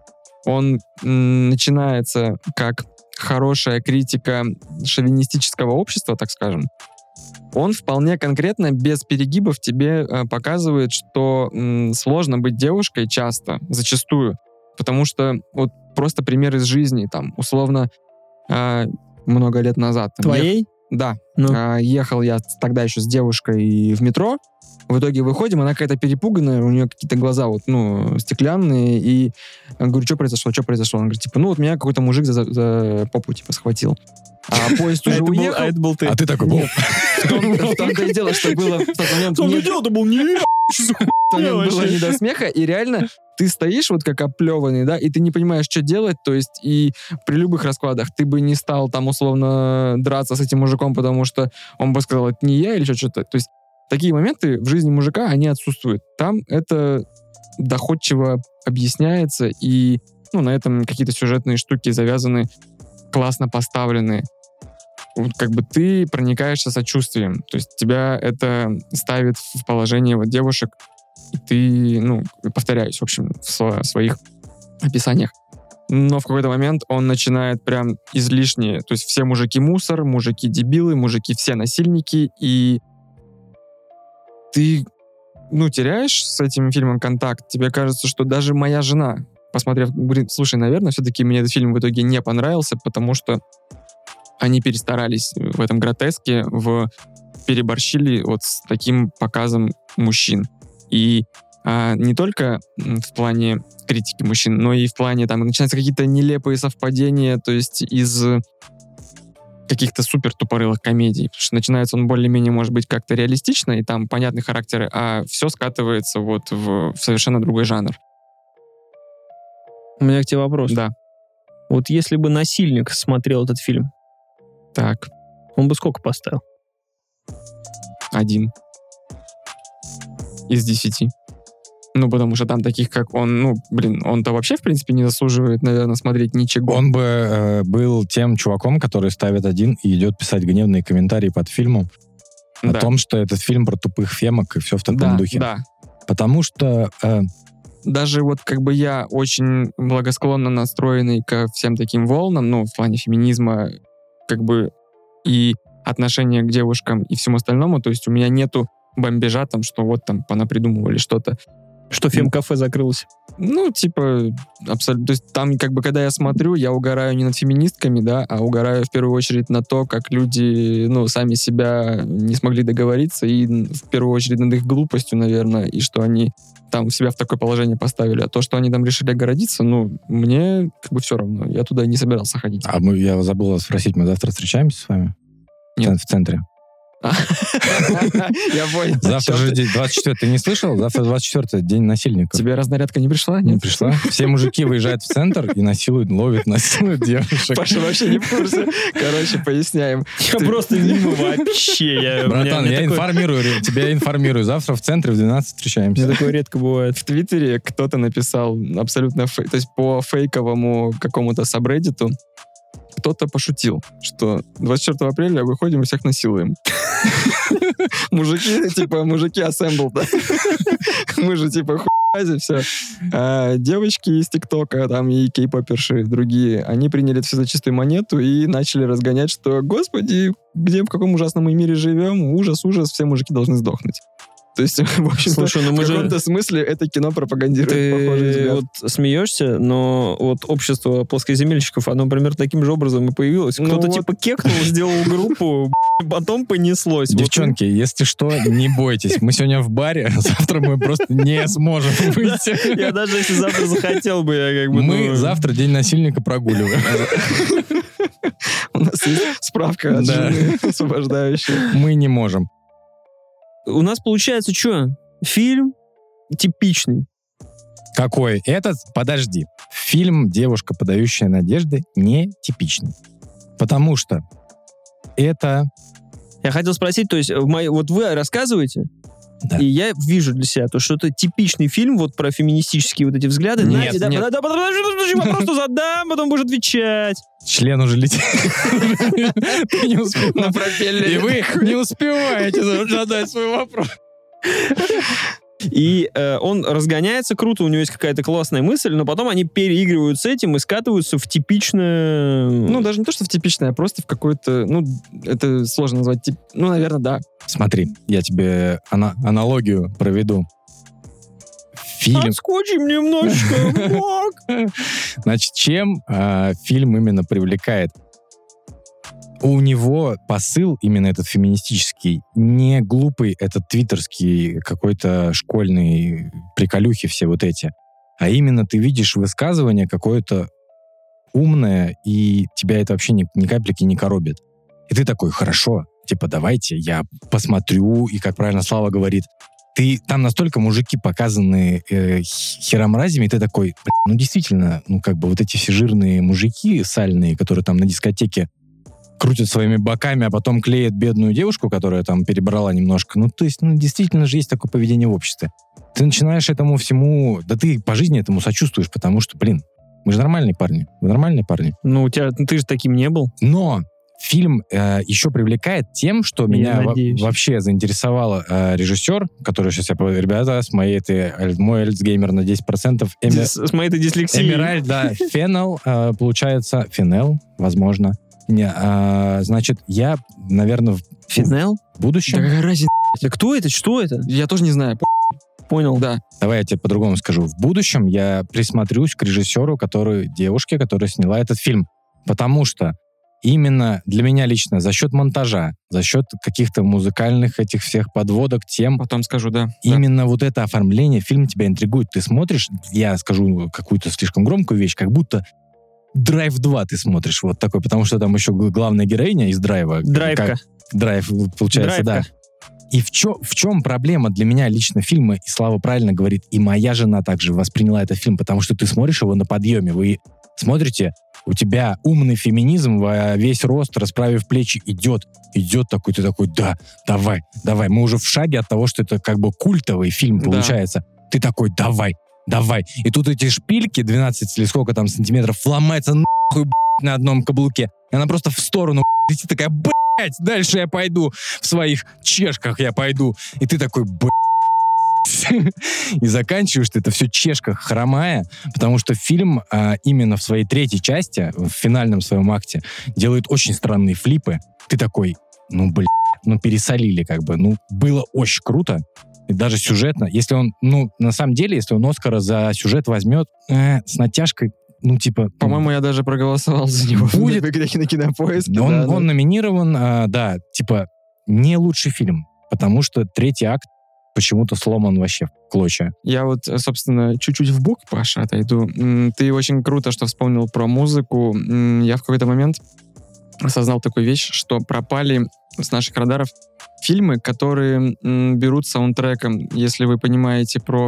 он м, начинается как хорошая критика шовинистического общества, так скажем, он вполне конкретно, без перегибов тебе э, показывает, что м, сложно быть девушкой часто, зачастую. Потому что вот просто пример из жизни, там, условно, э, много лет назад. Там, Твоей? ех... Да. Ну. Э, ехал я тогда еще с девушкой в метро. В итоге выходим, она какая-то перепуганная, у нее какие-то глаза вот, ну, стеклянные, и я говорю, что произошло, что произошло? Она говорит, типа, ну, вот меня какой-то мужик за, за попу, типа, схватил. А поезд уже уехал. А это был ты. А ты такой, Нет. В том- в том-то и дело, что было в тот момент... Что не- ты делал-то был не я? Что за в тот момент хуйня было вообще? не до смеха, и реально ты стоишь вот как оплеванный, да, и ты не понимаешь, что делать, то есть и при любых раскладах ты бы не стал там условно драться с этим мужиком, потому что он бы сказал, это не я или что-то. То есть такие моменты в жизни мужика, они отсутствуют. Там это доходчиво объясняется, и ну, на этом какие-то сюжетные штуки завязаны, классно поставлены. Вот как бы ты проникаешься сочувствием. То есть тебя это ставит в положение вот девушек, и ты, ну, повторяюсь, в общем, в сво- своих описаниях. Но в какой-то момент он начинает прям излишне. То есть все мужики мусор, мужики дебилы, мужики все насильники, и ты, ну, теряешь с этим фильмом контакт. Тебе кажется, что даже моя жена, посмотрев, говорит, слушай, наверное, все-таки мне этот фильм в итоге не понравился, потому что они перестарались в этом гротеске, в переборщили вот с таким показом мужчин. И а, не только м, в плане критики мужчин, но и в плане, там, начинаются какие-то нелепые совпадения, то есть из каких-то супер тупорылых комедий. Потому что начинается он более-менее, может быть, как-то реалистично, и там понятны характеры, а все скатывается вот в, в совершенно другой жанр. У меня к тебе вопрос. Да. Вот если бы насильник смотрел этот фильм, Так, он бы сколько поставил? один из десяти. Ну, потому что там таких, как он, ну, блин, он-то вообще, в принципе, не заслуживает, наверное, смотреть ничего. Он бы э, был тем чуваком, который ставит один и идет писать гневные комментарии под фильмом о Да. том, что этот фильм про тупых фемок и все в таком да, духе. да. Потому что э, Даже вот как бы я очень благосклонно настроенный ко всем таким волнам, ну, в плане феминизма, как бы, и отношения к девушкам и всему остальному, то есть у меня нету бомбежа там, что вот там понапридумывали что-то. Что фем-кафе закрылось? Ну, типа, абсолютно. То есть там, как бы, когда я смотрю, я угораю не над феминистками, да, а угораю в первую очередь на то, как люди, ну, сами себя не смогли договориться, и в первую очередь над их глупостью, наверное, и что они там себя в такое положение поставили. А то, что они там решили огородиться, ну, мне как бы все равно. Я туда не собирался ходить. а мы, я забыл вас спросить, мы завтра встречаемся с вами? Нет. В центре. Я понял. Завтра же день двадцать четвёртый. Ты не слышал? Завтра двадцать четвёртый, день насильника. Тебе разнарядка не пришла? Не Нет? пришла? Все мужики выезжают в центр и насилуют, ловят, насилуют девушек. Паша вообще не в курсе. Короче, поясняем. Я просто мимо вообще. Я- у меня- Братан, у меня я такое- информирую, тебя информирую. Завтра в центре в двенадцать у встречаемся. меня такое редко бывает. В Твиттере кто-то написал абсолютно фей- то есть по фейковому какому-то сабреддиту кто-то пошутил, что двадцать четвёртого апреля выходим и всех насилуем. Мужики, типа, мужики assembled, да? Мы же, типа, хуязи, все. А девочки из ТикТока, там, и кей-поперши, другие, они приняли это все за чистую монету и начали разгонять, что, господи, где, в каком ужасном мы мире живем, ужас, ужас, все мужики должны сдохнуть. То есть, в общем-то, Слушай, ну мы в же... каком-то смысле это кино пропагандирует похожий Ты взгляд. вот смеешься, но вот общество плоскоземельщиков, оно примерно таким же образом и появилось. Ну Кто-то вот. типа кекнул, сделал группу, потом понеслось. Вот Девчонки, если что, не бойтесь. Мы сегодня в баре, завтра мы просто не сможем выйти. Я даже если завтра захотел бы, я как бы... Мы ну, завтра день насильника прогуливаем. У нас есть справка от Да. жены, освобождающая. Мы не можем. У нас получается что? Фильм типичный. Какой? Этот? Подожди. Фильм «Девушка, подающая надежды» не типичный. Потому что это... Я хотел спросить, то есть в моей- вот вы рассказываете, Да. и я вижу для себя то, что это типичный фильм вот про феминистические вот эти взгляды. Нет, Знаете, да, нет. да, да, подожди, подожди, вопрос задам, потом будешь отвечать. Член уже летит. Ты не На успеваешь. пропеллере. И вы не успеваете задать свой вопрос. И э, он разгоняется круто, у него есть какая-то классная мысль, но потом они переигрывают с этим и скатываются в типичное... Ну, даже не то, что в типичное, а просто в какой-то... Ну, это сложно назвать. Тип... Ну, наверное, да. Смотри, я тебе ана- аналогию проведу. Фильм... Отскочим немножечко, Бог! Значит, чем э, фильм именно привлекает? У него посыл, именно этот феминистический, не глупый этот твиттерский какой-то школьный приколюхи все вот эти, а именно ты видишь высказывание какое-то умное, и тебя это вообще ни, ни капельки не коробит. И ты такой, хорошо, типа, давайте я посмотрю, и, как правильно Слава говорит, ты там настолько мужики показаны э, херомразями, и ты такой, ну действительно, ну как бы вот эти все жирные мужики сальные, которые там на дискотеке крутят своими боками, а потом клеят бедную девушку, которая там перебрала немножко. Ну, то есть, ну, действительно же есть такое поведение в обществе. Ты начинаешь этому всему... Да ты по жизни этому сочувствуешь, потому что, блин, мы же нормальные парни. Вы нормальные парни. Ну, у тебя, ну, ты же таким не был. Но фильм э, еще привлекает тем, что Я меня надеюсь. во- вообще заинтересовал э, режиссер, который сейчас я... по- Ребята, с моей этой... Мой Альцгеймер на десять процентов. Эми... С, с моей-то дислексией. Эмираль, да. Фенел, э, получается. Фенел, возможно. Не, а, значит, я, наверное, в Финел? в будущем... Да какая разница? Да кто это? Что это? Я тоже не знаю. Понял. Да. Давай я тебе по-другому скажу. В будущем я присмотрюсь к режиссеру, который, девушке, которая сняла этот фильм. Потому что именно для меня лично за счет монтажа, за счет каких-то музыкальных этих всех подводок, тем, Потом скажу, да. именно вот это оформление фильма тебя интригует. Ты смотришь, я скажу какую-то слишком громкую вещь, как будто «Драйв два» ты смотришь, вот такой, потому что там еще главная героиня из «Драйва». Драйвка. Как, драйв, получается, Драйвка. да. И в, чё, в чем проблема для меня лично фильма, и Слава правильно говорит, и моя жена также восприняла этот фильм, потому что ты смотришь его на подъеме, вы смотрите, у тебя умный феминизм во весь рост, расправив плечи, идет, идет такой, ты такой, да, давай, давай, мы уже в шаге от того, что это как бы культовый фильм Да. получается. Ты такой, давай, давай. И тут эти шпильки, двенадцать или сколько там сантиметров, ломаются нахуй, блядь, на одном каблуке. И она просто в сторону, блядь, и ты такая, блядь, дальше я пойду, в своих чешках я пойду. И ты такой, блядь. И заканчиваешь ты это все чешках, хромая, потому что фильм а, именно в своей третьей части, в финальном своем акте, делает очень странные флипы. Ты такой, ну, блядь, ну, пересолили как бы. Ну, было очень круто. И даже сюжетно. Если он, ну, на самом деле, если он Оскара за сюжет возьмет э, с натяжкой, ну, типа... По-моему, я даже проголосовал за него. Будет. на Кинопоиске. он, да, он да. номинирован, а, да, типа, не лучший фильм, потому что третий акт почему-то сломан вообще в клочья. Я вот, собственно, чуть-чуть в бок, Паша, отойду. М, Ты очень круто, что вспомнил про музыку. М, Я в какой-то момент осознал такую вещь, что пропали с наших радаров фильмы, которые м, берут саундтреком, если вы понимаете про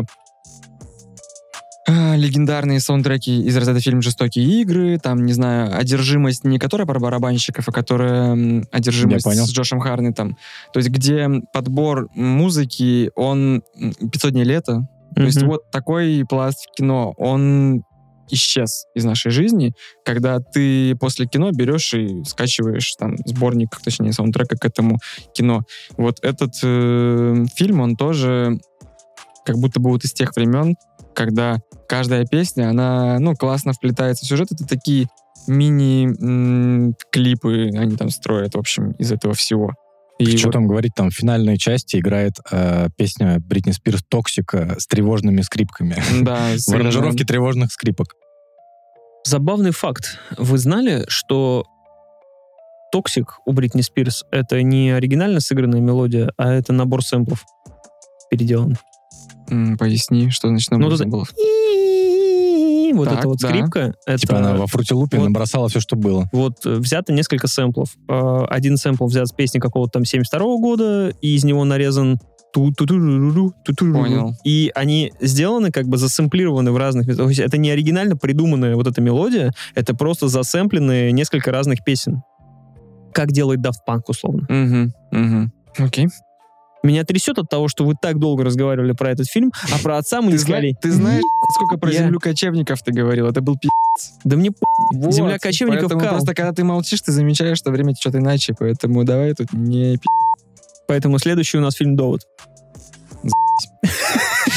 а, легендарные саундтреки из разряда фильм «Жестокие игры», там, не знаю, «Одержимость», не которая про барабанщиков, а которая м, «Одержимость» Я понял. с Джошем Харнетом. То есть где подбор музыки, он м, «пятьсот дней лета». То есть Мгм. вот такой пласт кино, он исчез из нашей жизни, когда ты после кино берешь и скачиваешь там сборник, точнее, саундтрека к этому кино. Вот этот э, фильм, он тоже как будто бы вот из тех времен, когда каждая песня, она, ну, классно вплетается в сюжет. Это такие мини-клипы они там строят, в общем, из этого всего. И Что вот- там говорить, там в финальной части играет э, песня Бритни Спирс «Токсика» с тревожными скрипками. Да, В аранжировке тревожных скрипок. Забавный факт. Вы знали, что «Токсик» у Бритни Спирс — это не оригинально сыгранная мелодия, а это набор сэмплов переделан. М, Поясни, что значит Ну, набор тут- символов. Вот Так, эта вот да. скрипка, это Типа она во фрутилупе вот- набросала все, что было. вот э, взято несколько сэмплов. Э, Один сэмпл взят с песни какого-то там семьдесят второго года, и из него нарезан ту-ту-ту-ру-ру, ту-ту-ру-ру. Понял. И они сделаны, как бы засэмплированы в разных... То есть это не оригинально придуманная вот эта мелодия, это просто засэмпленные несколько разных песен. Как делает Daft Punk, условно. Мгм, мгм. Окей. Меня трясет от того, что вы так долго разговаривали про этот фильм, а про отца мы не Ты, зна- сказали. ты знаешь, сколько про Я- землю кочевников ты говорил? Это был пи***. Да мне по... Вот. Земля кочевников Поэтому кал. просто когда ты молчишь, ты замечаешь, что время течет иначе, поэтому давай тут не пи***. Поэтому следующий у нас фильм «Довод».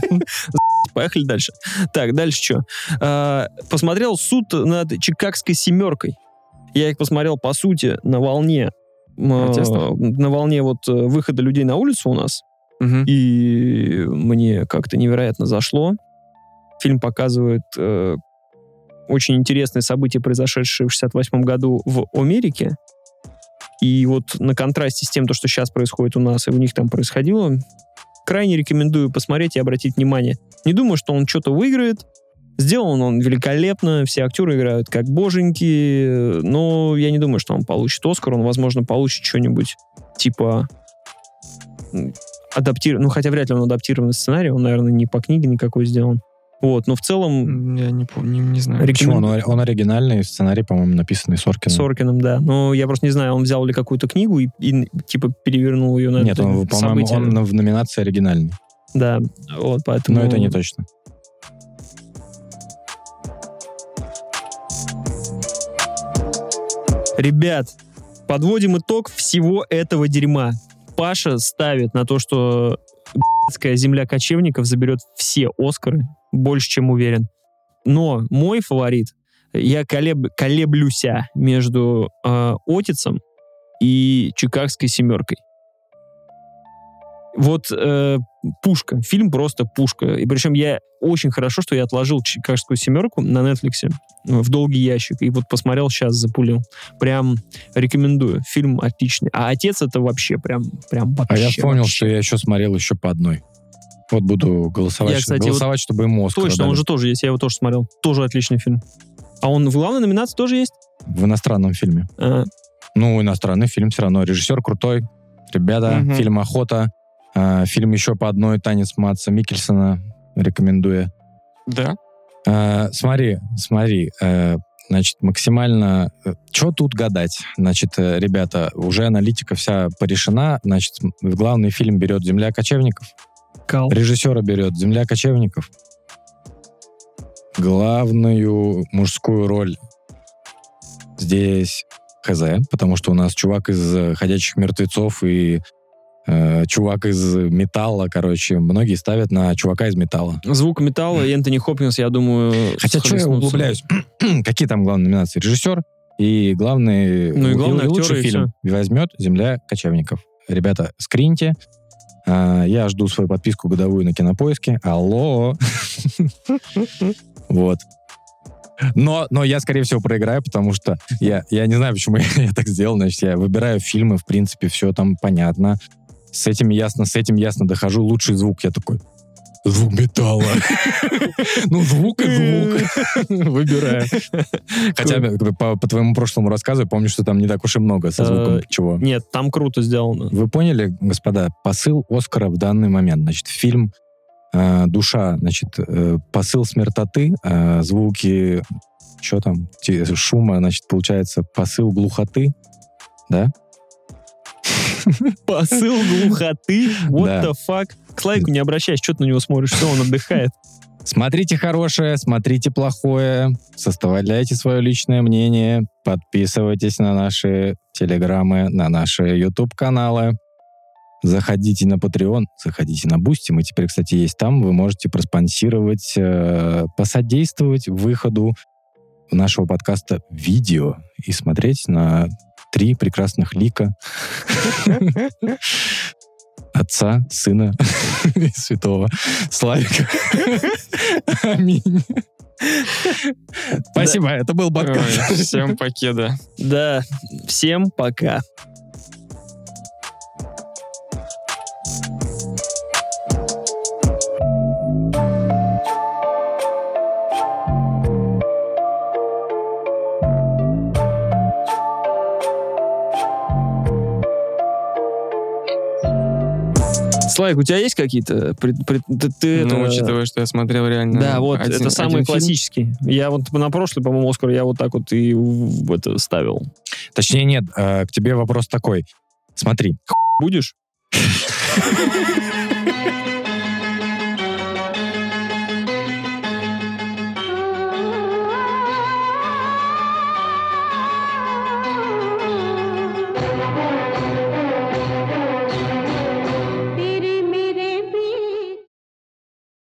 Поехали дальше. Так, дальше что? А, посмотрел суд над Чикагской семеркой. Я их посмотрел, по сути, на волне. Протестов? На волне вот выхода людей на улицу у нас. Мгм. И мне как-то невероятно зашло. Фильм показывает э, очень интересные события, произошедшие в шестьдесят восьмом году в Америке. И вот на контрасте с тем, то, что сейчас происходит у нас и у них там происходило, крайне рекомендую посмотреть и обратить внимание. Не думаю, что он что-то выиграет. Сделан он великолепно, все актеры играют как боженьки, но я не думаю, что он получит Оскар. Он, возможно, получит что-нибудь типа адаптированный, ну, хотя вряд ли он адаптированный сценарий, он, наверное, не по книге никакой сделан. Вот, но в целом... Я не помню, не, не знаю. Почему? Он, рекомен- он оригинальный, сценарий, по-моему, написанный Соркиным. Соркиным, да. Но я просто не знаю, он взял ли какую-то книгу и, и, типа перевернул ее на Нет, это он, по-моему, событие. он в номинации оригинальный. Да, вот, поэтому... Но это не точно. Ребят, подводим итог всего этого дерьма. Паша ставит на то, что б***ская земля кочевников заберет все Оскары, больше чем уверен. Но мой фаворит, я колеб, колеблюся между э, Отицем и Чикагской семеркой. Вот э, пушка, фильм просто пушка. И причем я очень хорошо, что я отложил Чикагскую семерку на Netflix в долгий ящик и вот посмотрел, сейчас запулил. Прям рекомендую. Фильм отличный. А «Отец» — это вообще прям, прям вообще. А я вспомнил, вообще. что я еще смотрел еще по одной. Вот буду голосовать, Я, кстати, голосовать чтобы ему Оскар Точно, дали. он же тоже есть, я его тоже смотрел. Тоже отличный фильм. А он в главной номинации тоже есть? В иностранном фильме. А, Ну, иностранный фильм все равно. Режиссер крутой. Ребята, Мгм. фильм «Охота». А, фильм еще по одной «Танец Матса Миккельсона». Рекомендую. Да? А, смотри, смотри. э, Значит, максимально... Что тут гадать? Значит, э, ребята, уже аналитика вся порешена. Значит, в главный фильм берет «Земля кочевников». кал. Режиссера берет «Земля кочевников». Главную мужскую роль здесь хз, потому что у нас чувак из «Ходячих мертвецов» и э, чувак из «Металла», короче, многие ставят на чувака из «Металла». Звук металла и Энтони Хопкинс, я думаю, Хотя, что я схлестнутся. углубляюсь? Какие там главные номинации? Режиссер и главный, Ну и главный актер, лучший и фильм возьмет «Земля кочевников». Ребята, скриньте. А, я жду свою подписку годовую на Кинопоиске. Алло! Вот. Но, но я, скорее всего, проиграю, потому что я, я не знаю, почему я, я так сделал. Значит, я выбираю фильмы, в принципе, все там понятно. С этим ясно, с этим ясно дохожу. Лучший звук. Я такой, звук металла. Ну, звук и звук. Выбираю. Хотя по, по твоему прошлому рассказу я помню, что там не так уж и много со звуком Э, чего. Нет, там круто сделано. Вы поняли, господа, посыл Оскара в данный момент? Значит, фильм э, «Душа», значит, э, посыл смертоты, э, звуки, что там, те- шума, значит, получается, посыл глухоты, да? Посыл глухоты. What Да. the fuck? К Славику не обращайся, что ты на него смотришь? Все, он отдыхает. Смотрите хорошее, смотрите плохое, составляйте свое личное мнение, подписывайтесь на наши телеграммы, на наши YouTube-каналы, заходите на Patreon, заходите на Boosty, мы теперь, кстати, есть там, вы можете проспонсировать, э, посодействовать выходу нашего подкаста видео и смотреть на три прекрасных лика Отца, Сына и Святого Славика. Аминь. Спасибо, это был подкаст. Ой, всем покеда. Да, всем пока. Слайк, у тебя есть какие-то... пред- пред- ты, ты Ну, это- учитывая, что я смотрел реально... Да, вот, один- это один самый фильм. классический. Я вот на прошлый, по-моему, Оскар я вот так вот и в в это ставил. Точнее, нет, э, к тебе вопрос такой. Смотри, Будешь?